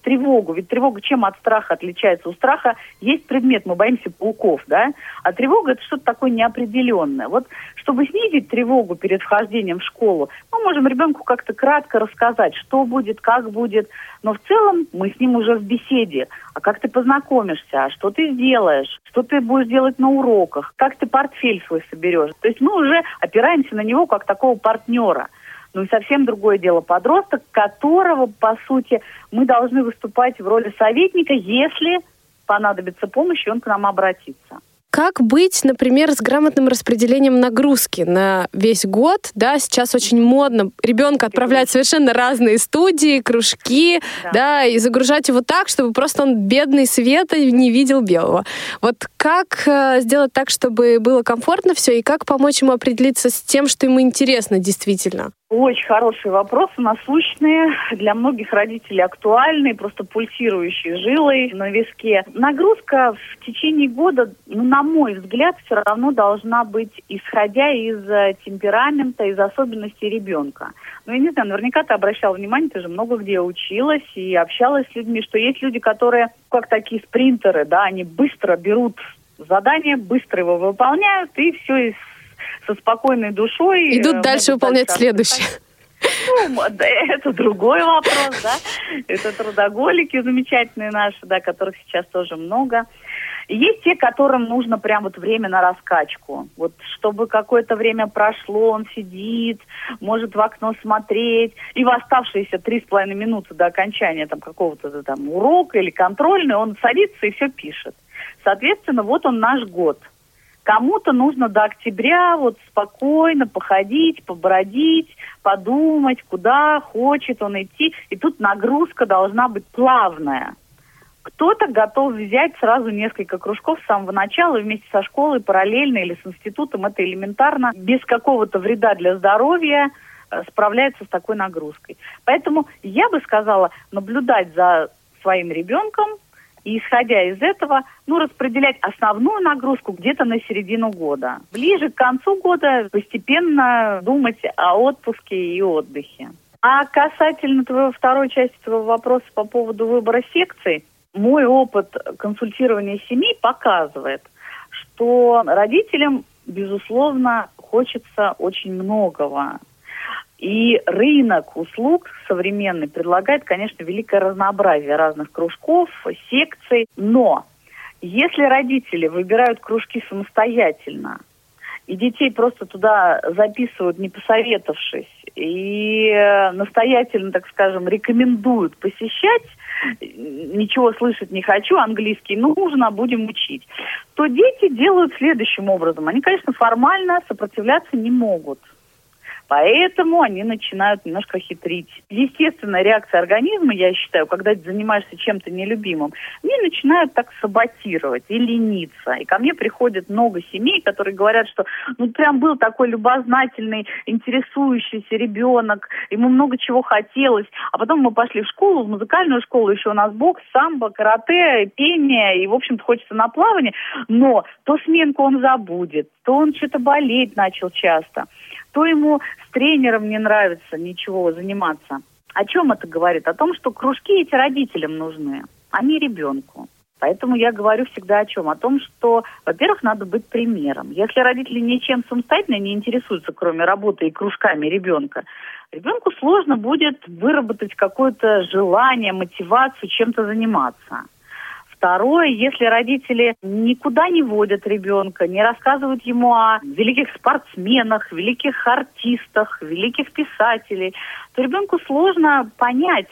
тревогу. Ведь тревога чем от страха отличается? У страха есть предмет, мы боимся пауков, да? А тревога – это что-то такое неопределенное. Вот чтобы снизить тревогу перед вхождением в школу, мы можем ребенку как-то кратко рассказать, что будет, как будет. Но в целом мы с ним уже в беседе. А как ты познакомишься? А что ты сделаешь? Что ты будешь делать на уроках? Как ты портфель свой соберешь? То есть мы уже опираемся на него как такого партнера. Ну и совсем другое дело подросток, которого, по сути, мы должны выступать в роли советника, если понадобится помощь, и он к нам обратится. Как быть, например, с грамотным распределением нагрузки на весь год? Да, сейчас очень модно ребенка отправлять в совершенно разные студии, кружки, да, и загружать его так, чтобы просто он бедный света не видел белого. Вот как сделать так, чтобы было комфортно все, и как помочь ему определиться с тем, что ему интересно действительно? Очень хорошие вопросы, насущные, для многих родителей актуальные, просто пульсирующие жилой на виске. Нагрузка в течение года, на мой взгляд, все равно должна быть, исходя из темперамента, из особенностей ребенка. Я не знаю, наверняка ты обращала внимание, ты же много где училась и общалась с людьми, что есть люди, которые, как такие спринтеры, да, они быстро берут задание, быстро его выполняют, и все со спокойной душой. Идут дальше выполнять следующее. Это другой вопрос, да. Это трудоголики замечательные наши, да, которых сейчас тоже много. Есть те, которым нужно прям вот время на раскачку. Вот чтобы какое-то время прошло, он сидит, может в окно смотреть, и в оставшиеся 3,5 минуты до окончания там какого-то там урока или контрольный он садится и все пишет. Соответственно, вот он наш год. Кому-то нужно до октября вот спокойно походить, побродить, подумать, куда хочет он идти. И тут нагрузка должна быть плавная. Кто-то готов взять сразу несколько кружков с самого начала вместе со школой параллельно или с институтом. Это элементарно, без какого-то вреда для здоровья справляется с такой нагрузкой. Поэтому я бы сказала наблюдать за своим ребенком, и, исходя из этого, распределять основную нагрузку где-то на середину года. Ближе к концу года постепенно думать о отпуске и отдыхе. А касательно второй части твоего вопроса по поводу выбора секций, мой опыт консультирования семей показывает, что родителям, безусловно, хочется очень многого. И рынок услуг современный предлагает, конечно, великое разнообразие разных кружков, секций. Но если родители выбирают кружки самостоятельно, и детей просто туда записывают, не посоветовавшись, и настоятельно, так скажем, рекомендуют посещать, ничего слышать не хочу, английский нужно, будем учить, то дети делают следующим образом. Они, конечно, формально сопротивляться не могут. Поэтому они начинают немножко хитрить. Естественная реакция организма, я считаю, когда ты занимаешься чем-то нелюбимым, они начинают так саботировать и лениться. И ко мне приходит много семей, которые говорят, что прям был такой любознательный, интересующийся ребенок, ему много чего хотелось. А потом мы пошли в школу, в музыкальную школу, еще у нас бокс, самбо, карате, пение, и, в общем-то, хочется на плавание. Но то сменку он забудет, то он что-то болеть начал часто, то ему с тренером не нравится ничего заниматься. О чем это говорит? О том, что кружки эти родителям нужны, а не ребенку. Поэтому я говорю всегда о чем? О том, что, во-первых, надо быть примером. Если родители ничем самостоятельно не интересуются, кроме работы и кружками ребенка, ребенку сложно будет выработать какое-то желание, мотивацию чем-то заниматься. Второе, если родители никуда не водят ребенка, не рассказывают ему о великих спортсменах, великих артистах, великих писателей, то ребенку сложно понять,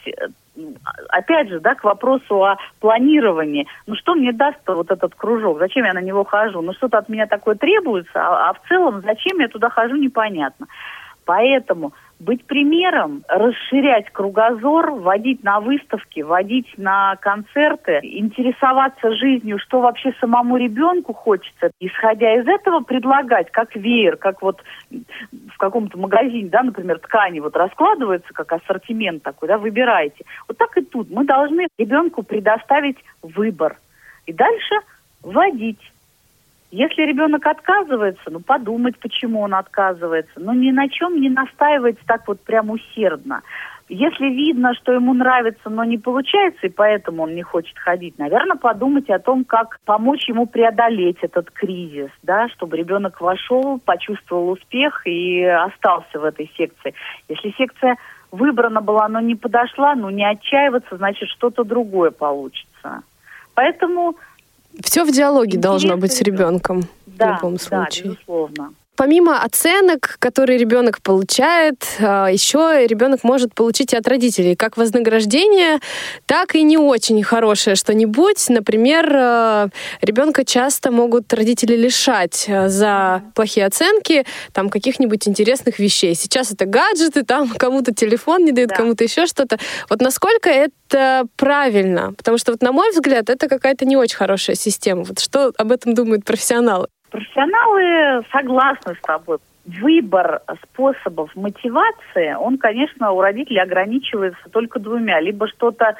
опять же, к вопросу о планировании. Что мне даст вот этот кружок? Зачем я на него хожу? Что-то от меня такое требуется, а в целом зачем я туда хожу, непонятно. Поэтому быть примером, расширять кругозор, водить на выставки, водить на концерты, интересоваться жизнью, что вообще самому ребенку хочется. Исходя из этого, предлагать как веер, как вот в каком-то магазине, например, ткани раскладывается, как ассортимент такой, выбирайте. Вот так и тут. Мы должны ребенку предоставить выбор. И дальше водить. Если ребенок отказывается, подумать, почему он отказывается. Ни на чем не настаивать так прям усердно. Если видно, что ему нравится, но не получается, и поэтому он не хочет ходить, наверное, подумайте о том, как помочь ему преодолеть этот кризис, да, чтобы ребенок вошел, почувствовал успех и остался в этой секции. Если секция выбрана была, но не подошла, не отчаиваться, значит, что-то другое получится. Поэтому... Все в диалоге должно быть с ребенком в любом случае. Да, безусловно. Помимо оценок, которые ребенок получает, еще ребенок может получить и от родителей как вознаграждение, так и не очень хорошее что-нибудь. Например, ребенка часто могут родители лишать за плохие оценки там каких-нибудь интересных вещей. Сейчас это гаджеты, там кому-то телефон не дают, кому-то еще что-то. Вот насколько это правильно? Потому что, вот, на мой взгляд, это какая-то не очень хорошая система. Вот что об этом думают профессионалы? Профессионалы согласны с тобой. Выбор способов мотивации, он, конечно, у родителей ограничивается только двумя. Либо что-то,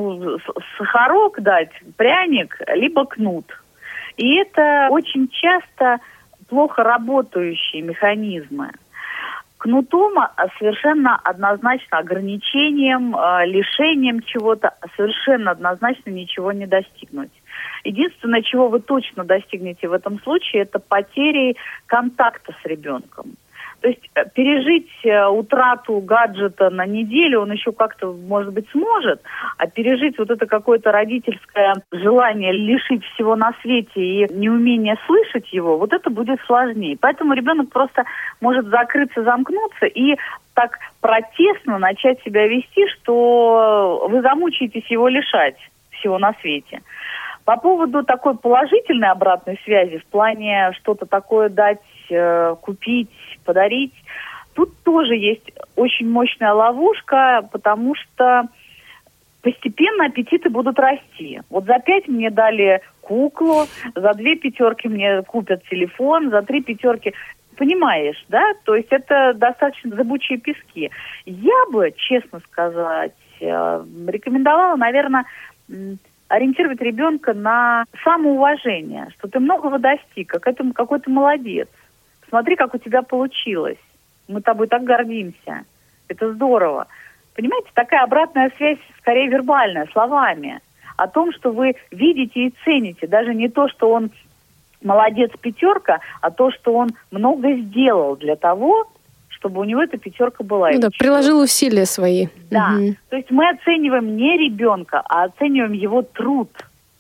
сахарок дать, пряник, либо кнут. И это очень часто плохо работающие механизмы. Кнутом совершенно однозначно ограничением, лишением чего-то совершенно однозначно ничего не достигнуть. Единственное, чего вы точно достигнете в этом случае, это потери контакта с ребенком. То есть пережить утрату гаджета на неделю он еще как-то, может быть, сможет, а пережить вот это какое-то родительское желание лишить всего на свете и неумение слышать его, вот это будет сложнее. Поэтому ребенок просто может закрыться, замкнуться и так протестно начать себя вести, что вы замучаетесь его лишать всего на свете. По поводу такой положительной обратной связи в плане что-то такое дать, купить, подарить, тут тоже есть очень мощная ловушка, потому что постепенно аппетиты будут расти. Вот за 5 мне дали куклу, за 2 5 мне купят телефон, за 3 5... Понимаешь, да? То есть это достаточно зыбучие пески. Я бы, честно сказать, рекомендовала, наверное, ориентировать ребенка на самоуважение, что ты многого достиг, какой ты молодец. Смотри, как у тебя получилось. Мы тобой так гордимся. Это здорово. Понимаете, такая обратная связь, скорее вербальная, словами. О том, что вы видите и цените. Даже не то, что он молодец 5, а то, что он много сделал для того, чтобы у него эта 5 была. Приложил усилия свои. Да. То есть мы оцениваем не ребенка, а оцениваем его труд,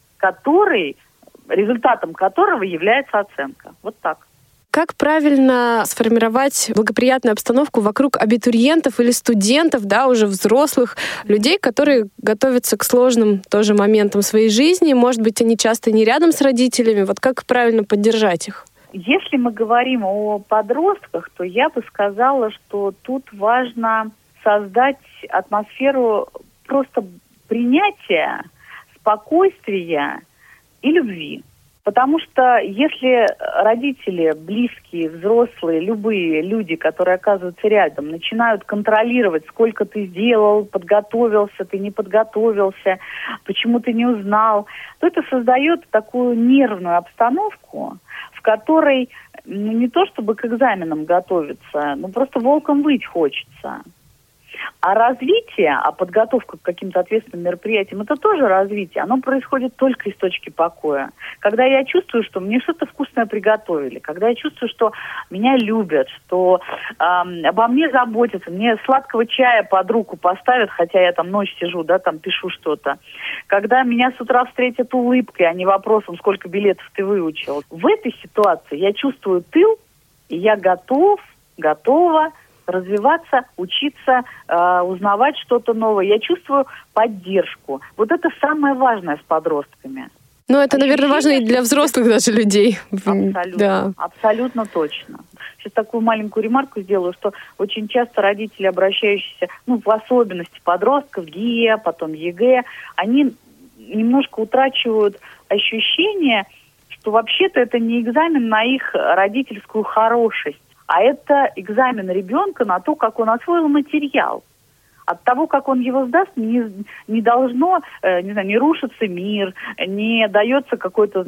результатом которого является оценка. Вот так. Как правильно сформировать благоприятную обстановку вокруг абитуриентов или студентов, уже взрослых людей, которые готовятся к сложным тоже моментам своей жизни? Может быть, они часто не рядом с родителями. Вот как правильно поддержать их? Если мы говорим о подростках, то я бы сказала, что тут важно создать атмосферу просто принятия, спокойствия и любви. Потому что если родители, близкие, взрослые, любые люди, которые оказываются рядом, начинают контролировать, сколько ты сделал, подготовился, ты не подготовился, почему ты не узнал, то это создает такую нервную обстановку, в которой не то чтобы к экзаменам готовиться, просто волком выть хочется. А развитие, подготовка к каким-то ответственным мероприятиям, это тоже развитие. Оно происходит только из точки покоя. Когда я чувствую, что мне что-то вкусное приготовили, когда я чувствую, что меня любят, что обо мне заботятся, мне сладкого чая под руку поставят, хотя я там ночь сижу, там пишу что-то. Когда меня с утра встретят улыбкой, а не вопросом, сколько билетов ты выучил. В этой ситуации я чувствую тыл, и я готова развиваться, учиться, узнавать что-то новое. Я чувствую поддержку. Вот это самое важное с подростками. Это, наверное, важно и для взрослых даже людей. Абсолютно, да. Абсолютно точно. Сейчас такую маленькую ремарку сделаю, что очень часто родители, обращающиеся, в особенности подростков, ГИЭ, потом ЕГЭ, они немножко утрачивают ощущение, что вообще-то это не экзамен на их родительскую хорошесть, а это экзамен ребенка на то, как он освоил материал. От того, как он его сдаст, не должно, не рушится мир, не дается какой-то,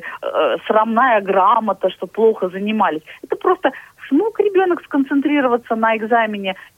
срамная грамота, что плохо занимались. Это просто смог ребенок сконцентрироваться на экзамене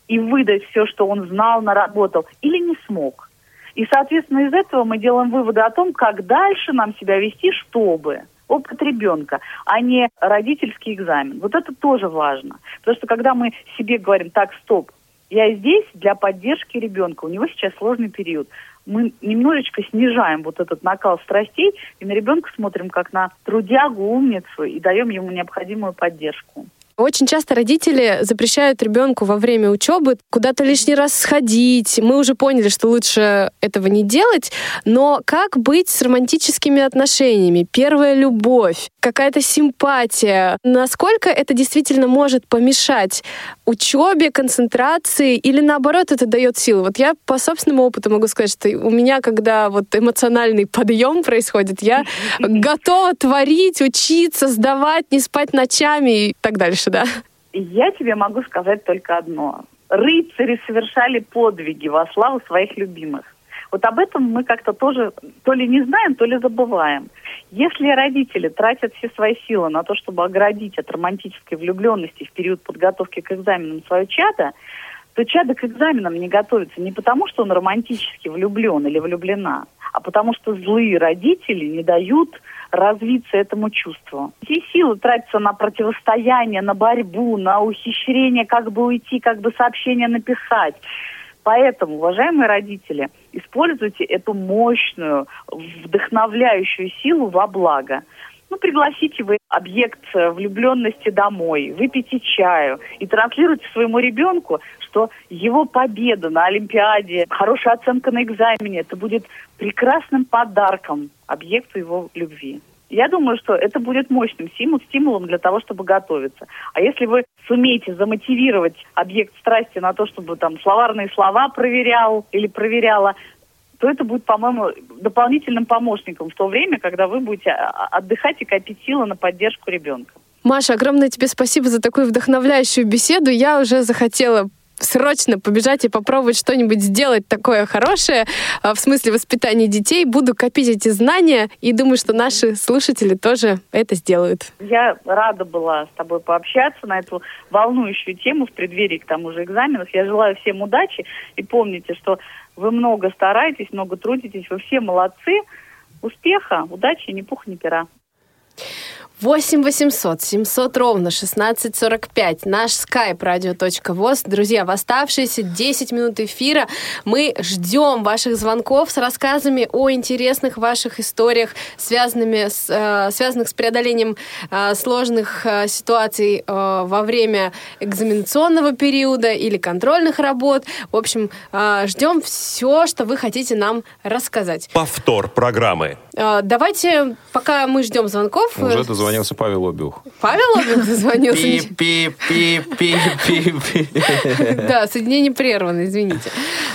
и выдать все, что он знал, наработал, или не смог. И, соответственно, из этого мы делаем выводы о том, как дальше нам себя вести, чтобы опыт ребенка, а не родительский экзамен. Вот это тоже важно. Потому что когда мы себе говорим, так, стоп, я здесь для поддержки ребенка, у него сейчас сложный период, мы немножечко снижаем вот этот накал страстей и на ребенка смотрим как на трудягу, умницу и даем ему необходимую поддержку. Очень часто родители запрещают ребенку во время учебы куда-то лишний раз сходить. Мы уже поняли, что лучше этого не делать. Но как быть с романтическими отношениями? Первая любовь, какая-то симпатия. Насколько это действительно может помешать учебе, концентрации, или наоборот это дает силы? Вот я по собственному опыту могу сказать, что у меня, когда вот эмоциональный подъем происходит, я готова творить, учиться, сдавать, не спать ночами и так дальше. Да. Я тебе могу сказать только одно. Рыцари совершали подвиги во славу своих любимых. Вот об этом мы как-то тоже то ли не знаем, то ли забываем. Если родители тратят все свои силы на то, чтобы оградить от романтической влюбленности в период подготовки к экзаменам свое чадо, то чадо к экзаменам не готовится не потому, что он романтически влюблен или влюблена, а потому что злые родители не дают развиться этому чувству. Все силы тратятся на противостояние, на борьбу, на ухищрение, как бы уйти, как бы сообщение написать. Поэтому, уважаемые родители, используйте эту мощную, вдохновляющую силу во благо. Пригласите вы объект влюбленности домой, выпейте чаю и транслируйте своему ребенку, что его победа на Олимпиаде, хорошая оценка на экзамене, это будет прекрасным подарком объекту его любви. Я думаю, что это будет мощным стимулом для того, чтобы готовиться. А если вы сумеете замотивировать объект страсти на то, чтобы там словарные слова проверял или проверяла, то это будет, по-моему, дополнительным помощником в то время, когда вы будете отдыхать и копить силы на поддержку ребенка. Маша, огромное тебе спасибо за такую вдохновляющую беседу. Я уже захотела срочно побежать и попробовать что-нибудь сделать такое хорошее в смысле воспитания детей. Буду копить эти знания и думаю, что наши слушатели тоже это сделают. Я рада была с тобой пообщаться на эту волнующую тему в преддверии к тому же экзаменов. Я желаю всем удачи и помните, что вы много стараетесь, много трудитесь, вы все молодцы. Успеха, удачи, ни пуха, ни пера. 8 800 700 ровно 1645. Наш skype radio.voz. Друзья, в оставшиеся 10 минут эфира мы ждем ваших звонков с рассказами о интересных ваших историях, связанных с преодолением сложных ситуаций во время экзаменационного периода или контрольных работ. В общем, ждем все, что вы хотите нам рассказать. Повтор программы. Давайте, пока мы ждем звонков... Уже дозвонился Павел Обиух. Павел Обиух дозвонился? Пи-пи-пи-пи-пи. Да, соединение прервано, извините.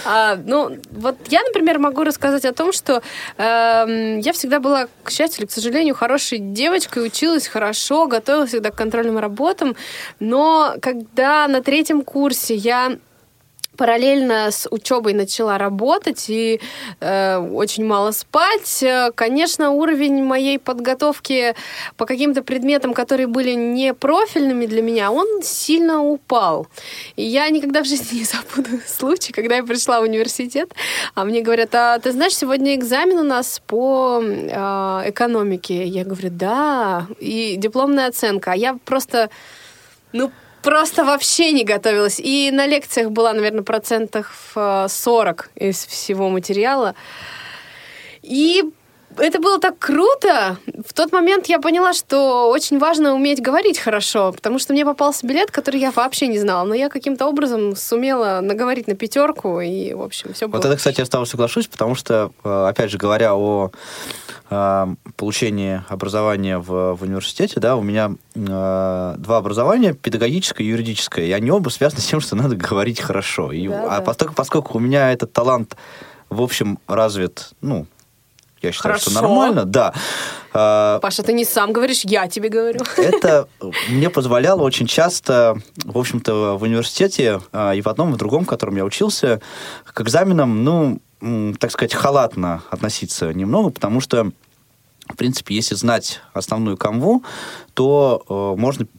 Вот я, например, могу рассказать о том, что я всегда была, к счастью или к сожалению, хорошей девочкой, училась хорошо, готовилась всегда к контрольным работам, но когда на 3-м курсе я параллельно с учебой начала работать и очень мало спать. Конечно, уровень моей подготовки по каким-то предметам, которые были не профильными для меня, он сильно упал. И я никогда в жизни не забуду случай, когда я пришла в университет, а мне говорят, а ты знаешь, сегодня экзамен у нас по экономике. Я говорю, да, и дипломная оценка. А я просто вообще не готовилась. И на лекциях была, наверное, 40% из всего материала. И это было так круто. В тот момент я поняла, что очень важно уметь говорить хорошо, потому что мне попался билет, который я вообще не знала. Но я каким-то образом сумела наговорить на 5, и, в общем, все было. Вот это, кстати, я с тобой соглашусь, потому что, опять же, говоря о получении образования в университете, да, у меня 2 образования, педагогическое и юридическое, и они оба связаны с тем, что надо говорить хорошо. Поскольку у меня этот талант, в общем, развит, я считаю, хорошо. что нормально, да. Паша, ты не сам говоришь, я тебе говорю. Это мне позволяло очень часто, в общем-то, в университете и в одном, и в другом, в котором я учился, к экзаменам, так сказать, халатно относиться немного, потому что, в принципе, если знать основную канву, то можно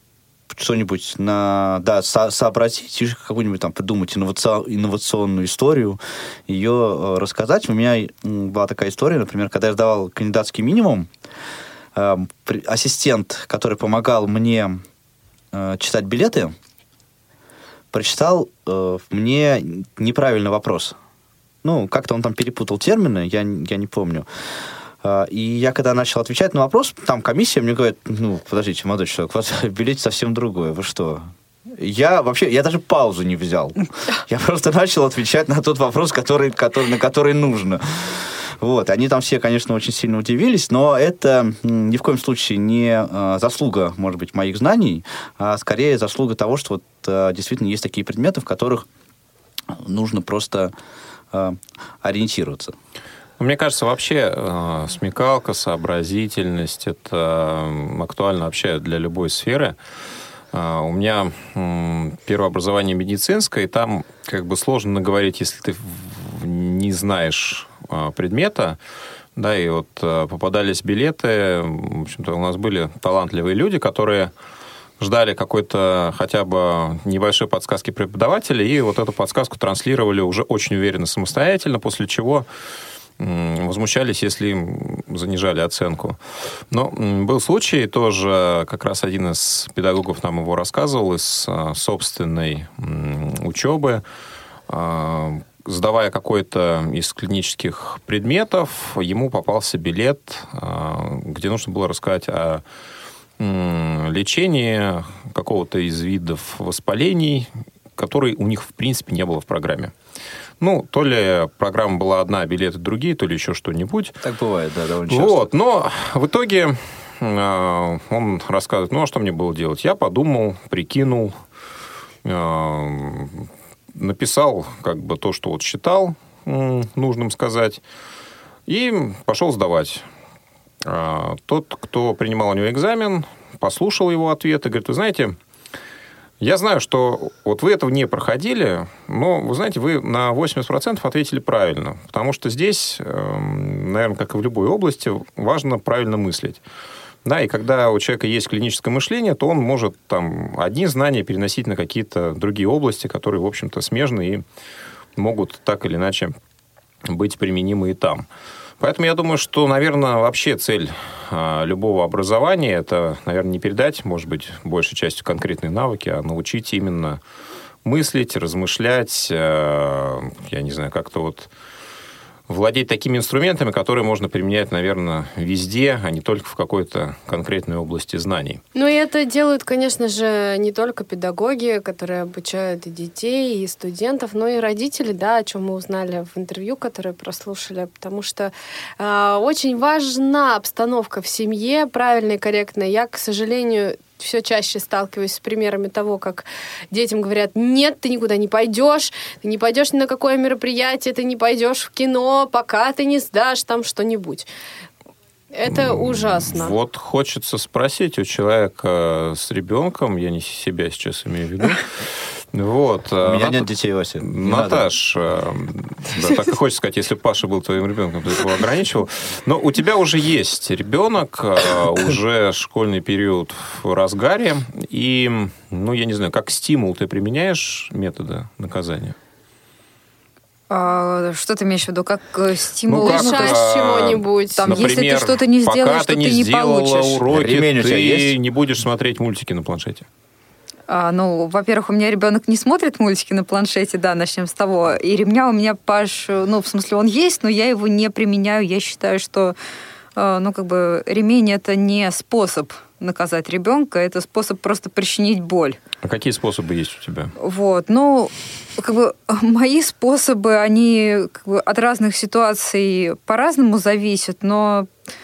что-нибудь сообразить, какую-нибудь там придумать инновационную историю, ее рассказать. У меня была такая история, например, когда я сдавал кандидатский минимум, ассистент, который помогал мне читать билеты, прочитал мне неправильный вопрос. Как-то он там перепутал термины, я не помню. И я, когда начал отвечать на вопрос, там комиссия мне говорит, подождите, молодой человек, у вас в билете совсем другое, вы что? Я даже паузу не взял. Я просто начал отвечать на тот вопрос, на который нужно. Они там все, конечно, очень сильно удивились, но это ни в коем случае не заслуга, может быть, моих знаний, а скорее заслуга того, что действительно есть такие предметы, в которых нужно просто ориентироваться. Мне кажется, вообще смекалка, сообразительность – это актуально вообще для любой сферы. У меня первое образование медицинское, и там сложно наговорить, если ты не знаешь предмета, да, и попадались билеты, в общем-то, у нас были талантливые люди, которые ждали какой-то хотя бы небольшой подсказки преподавателя, и эту подсказку транслировали уже очень уверенно самостоятельно, после чего возмущались, если им занижали оценку. Но был случай, тоже как раз один из педагогов нам его рассказывал из собственной учебы. Сдавая какой-то из клинических предметов, ему попался билет, где нужно было рассказать о лечении какого-то из видов воспалений, который у них, в принципе, не было в программе. То ли программа была одна, а билеты другие, то ли еще что-нибудь. Так бывает, да, довольно часто. Но в итоге он рассказывает, а что мне было делать? Я подумал, прикинул, написал то, что считал нужным сказать, и пошел сдавать. Тот, кто принимал у него экзамен, послушал его ответ и говорит, вы знаете, я знаю, что вы этого не проходили, но, вы знаете, вы на 80% ответили правильно, потому что здесь, наверное, как и в любой области, важно правильно мыслить. Да, и когда у человека есть клиническое мышление, то он может одни знания переносить на какие-то другие области, которые, в общем-то, смежны и могут так или иначе быть применимы и там. Поэтому я думаю, что, наверное, вообще цель любого образования – это, наверное, не передать, может быть, большей частью конкретные навыки, а научить именно мыслить, размышлять, я не знаю, как-то владеть такими инструментами, которые можно применять, наверное, везде, а не только в какой-то конкретной области знаний. И это делают, конечно же, не только педагоги, которые обучают и детей, и студентов, но и родители, да, о чем мы узнали в интервью, которое прослушали, потому что очень важна обстановка в семье, правильная и корректная. Я, к сожалению, все чаще сталкиваюсь с примерами того, как детям говорят, нет, ты никуда не пойдешь ни на какое мероприятие, ты не пойдешь в кино, пока ты не сдашь там что-нибудь. Это ужасно. Хочется спросить у человека с ребенком, я не себя сейчас имею в виду, У меня нет детей, Вася. Наташ, так и хочется сказать, если бы Паша был твоим ребенком, ты его ограничивал. Но у тебя уже есть ребенок, уже школьный период в разгаре. И, я не знаю, как стимул ты применяешь методы наказания? Что ты имеешь в виду? Как стимул? Решаешь чего-нибудь. Например, если ты что-то не сделаешь, что ты не получишь. Уроки, ты не будешь смотреть мультики на планшете. Во-первых, у меня ребенок не смотрит мультики на планшете, да, начнем с того. И ремня у меня, Паш, в смысле, он есть, но я его не применяю. Я считаю, что, ремень – это не способ наказать ребенка, это способ просто причинить боль. А какие способы есть у тебя? Мои способы, они от разных ситуаций по-разному зависят, но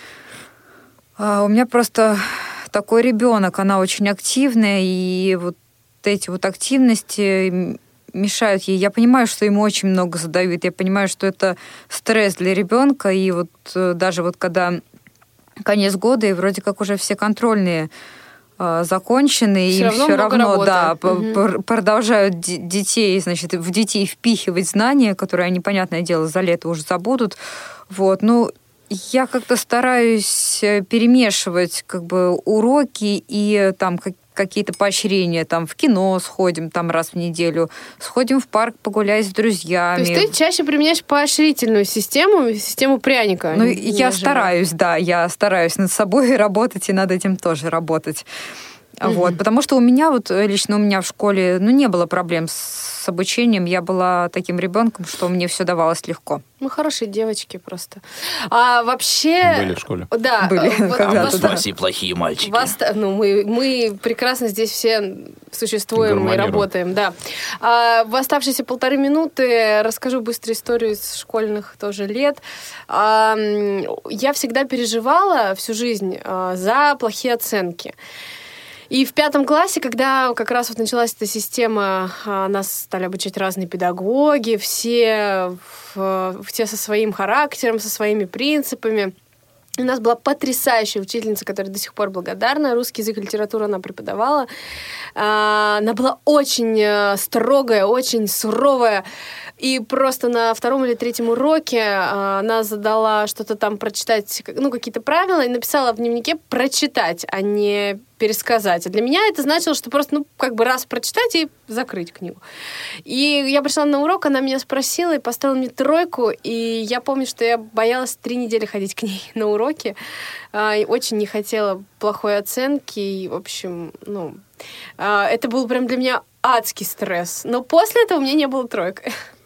у меня просто такой ребенок, она очень активная, и эти активности мешают ей. Я понимаю, что ему очень много задают, я понимаю, что это стресс для ребенка, и даже когда конец года, и вроде как уже все контрольные закончены, и им все равно продолжают детей, в детей впихивать знания, которые они, понятное дело, за лето уже забудут. Я как-то стараюсь перемешивать уроки и какие-то поощрения, там, в кино сходим там раз в неделю, сходим в парк погулять с друзьями. То есть ты чаще применяешь поощрительную систему пряника? Ну, я стараюсь над собой работать и над этим тоже работать. Вот, потому что лично у меня в школе, не было проблем с обучением. Я была таким ребенком, что мне все давалось легко. Мы хорошие девочки просто. А вообще... Были в школе. Да. Были когда-то, да. Все плохие мальчики. Мы прекрасно здесь все существуем и работаем. Да. В оставшиеся 1,5 минуты расскажу быстро историю из школьных тоже лет. Я всегда переживала всю жизнь за плохие оценки. И в 5 классе, когда как раз началась эта система, нас стали обучать разные педагоги, все со своим характером, со своими принципами. У нас была потрясающая учительница, которой до сих пор благодарна. Русский язык и литературу она преподавала. Она была очень строгая, очень суровая. И просто на 2 или 3 уроке она задала что-то там прочитать, какие-то правила, и написала в дневнике «прочитать», а не пересказать. А для меня это значило, что просто, раз прочитать и закрыть книгу. И я пришла на урок, она меня спросила и поставила мне 3, и я помню, что я боялась 3 недели ходить к ней на уроки, и очень не хотела плохой оценки, и, в общем, это был прям для меня адский стресс. Но после этого у меня не было 3.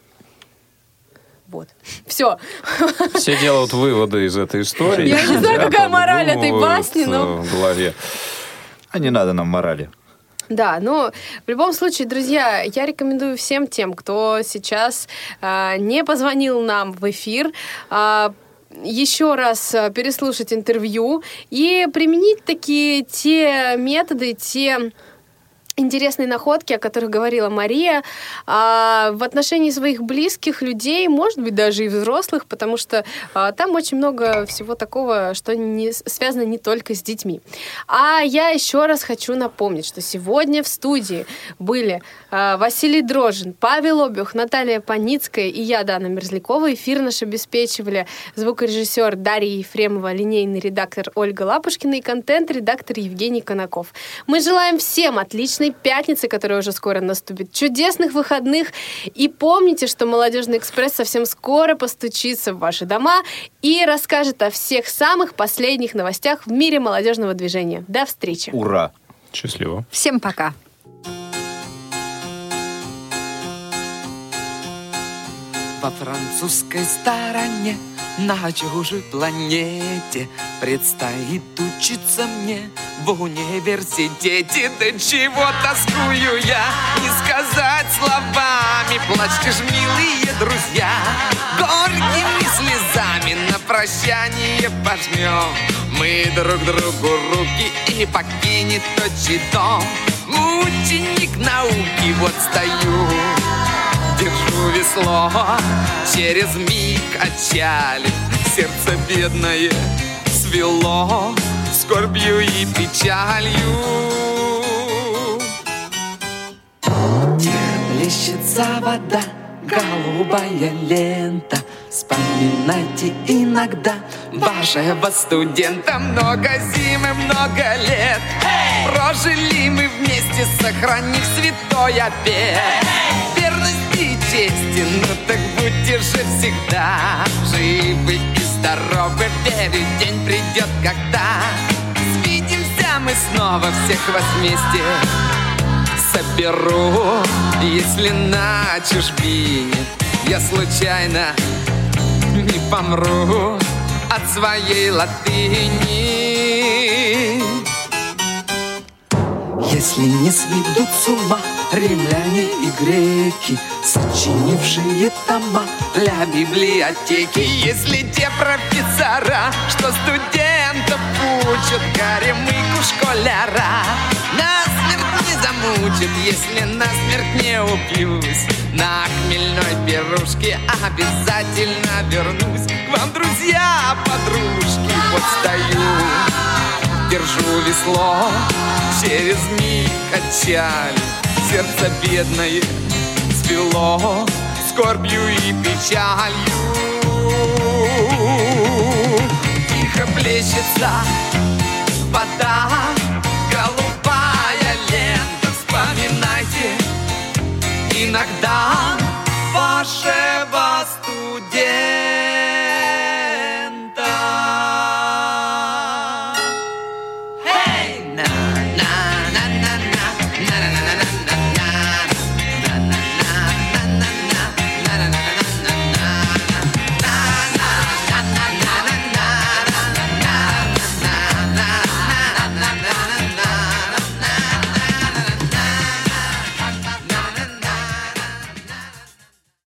Вот. Все. Все делают выводы из этой истории. Я не знаю, какая мораль этой басни, но... в голове. А не надо нам морали. Да, но в любом случае, друзья, я рекомендую всем тем, кто сейчас не позвонил нам в эфир, еще раз переслушать интервью и применить такие те методы, те интересные находки, о которых говорила Мария, в отношении своих близких людей, может быть, даже и взрослых, потому что там очень много всего такого, что связано не только с детьми. А я еще раз хочу напомнить, что сегодня в студии были Василий Дрожжин, Павел Обиух, Наталья Паницкая и я, Дана Мерзлякова. Эфир наш обеспечивали звукорежиссер Дарья Ефремова, линейный редактор Ольга Лапушкина и контент-редактор Евгений Конаков. Мы желаем всем отличной пятницы, которая уже скоро наступит, чудесных выходных. И помните, что «Молодежный экспресс» совсем скоро постучится в ваши дома и расскажет о всех самых последних новостях в мире молодежного движения. До встречи. Ура! Счастливо. Всем пока. Во французской стороне, на чужой планете, предстоит учиться мне в университете. Да чего тоскую я, не сказать словами. Плачьте ж, милые друзья, горькими слезами на прощание пожмем мы друг другу руки и покинет отчий дом. Ученик науки, вот стою, держу весло, через миг отчалит, сердце бедное свело скорбью и печалью. Где плещется вода, голубая лента, вспоминайте иногда вашего студента. Много зим и много лет прожили мы вместе, сохранив святой обет верности и чести. Ну так будьте же всегда живы и здоровы, верю, день придет, когда свидимся мы снова, всех вас вместе соберу. Если на чужбине я случайно не помру от своей латыни. Если не сведут с ума римляне и греки, сочинившие тома для библиотеки. Если те профессора, что студентов учат, горемыку школяра насмерть не замучат, если насмерть не упьюсь. На хмельной пирушке обязательно вернусь к вам, друзья, подружки. Вот стою, держу весло, через миг отчалит, сердце бедное свело скорбью и печалью. Тихо плещется вода, голубая иногда ваше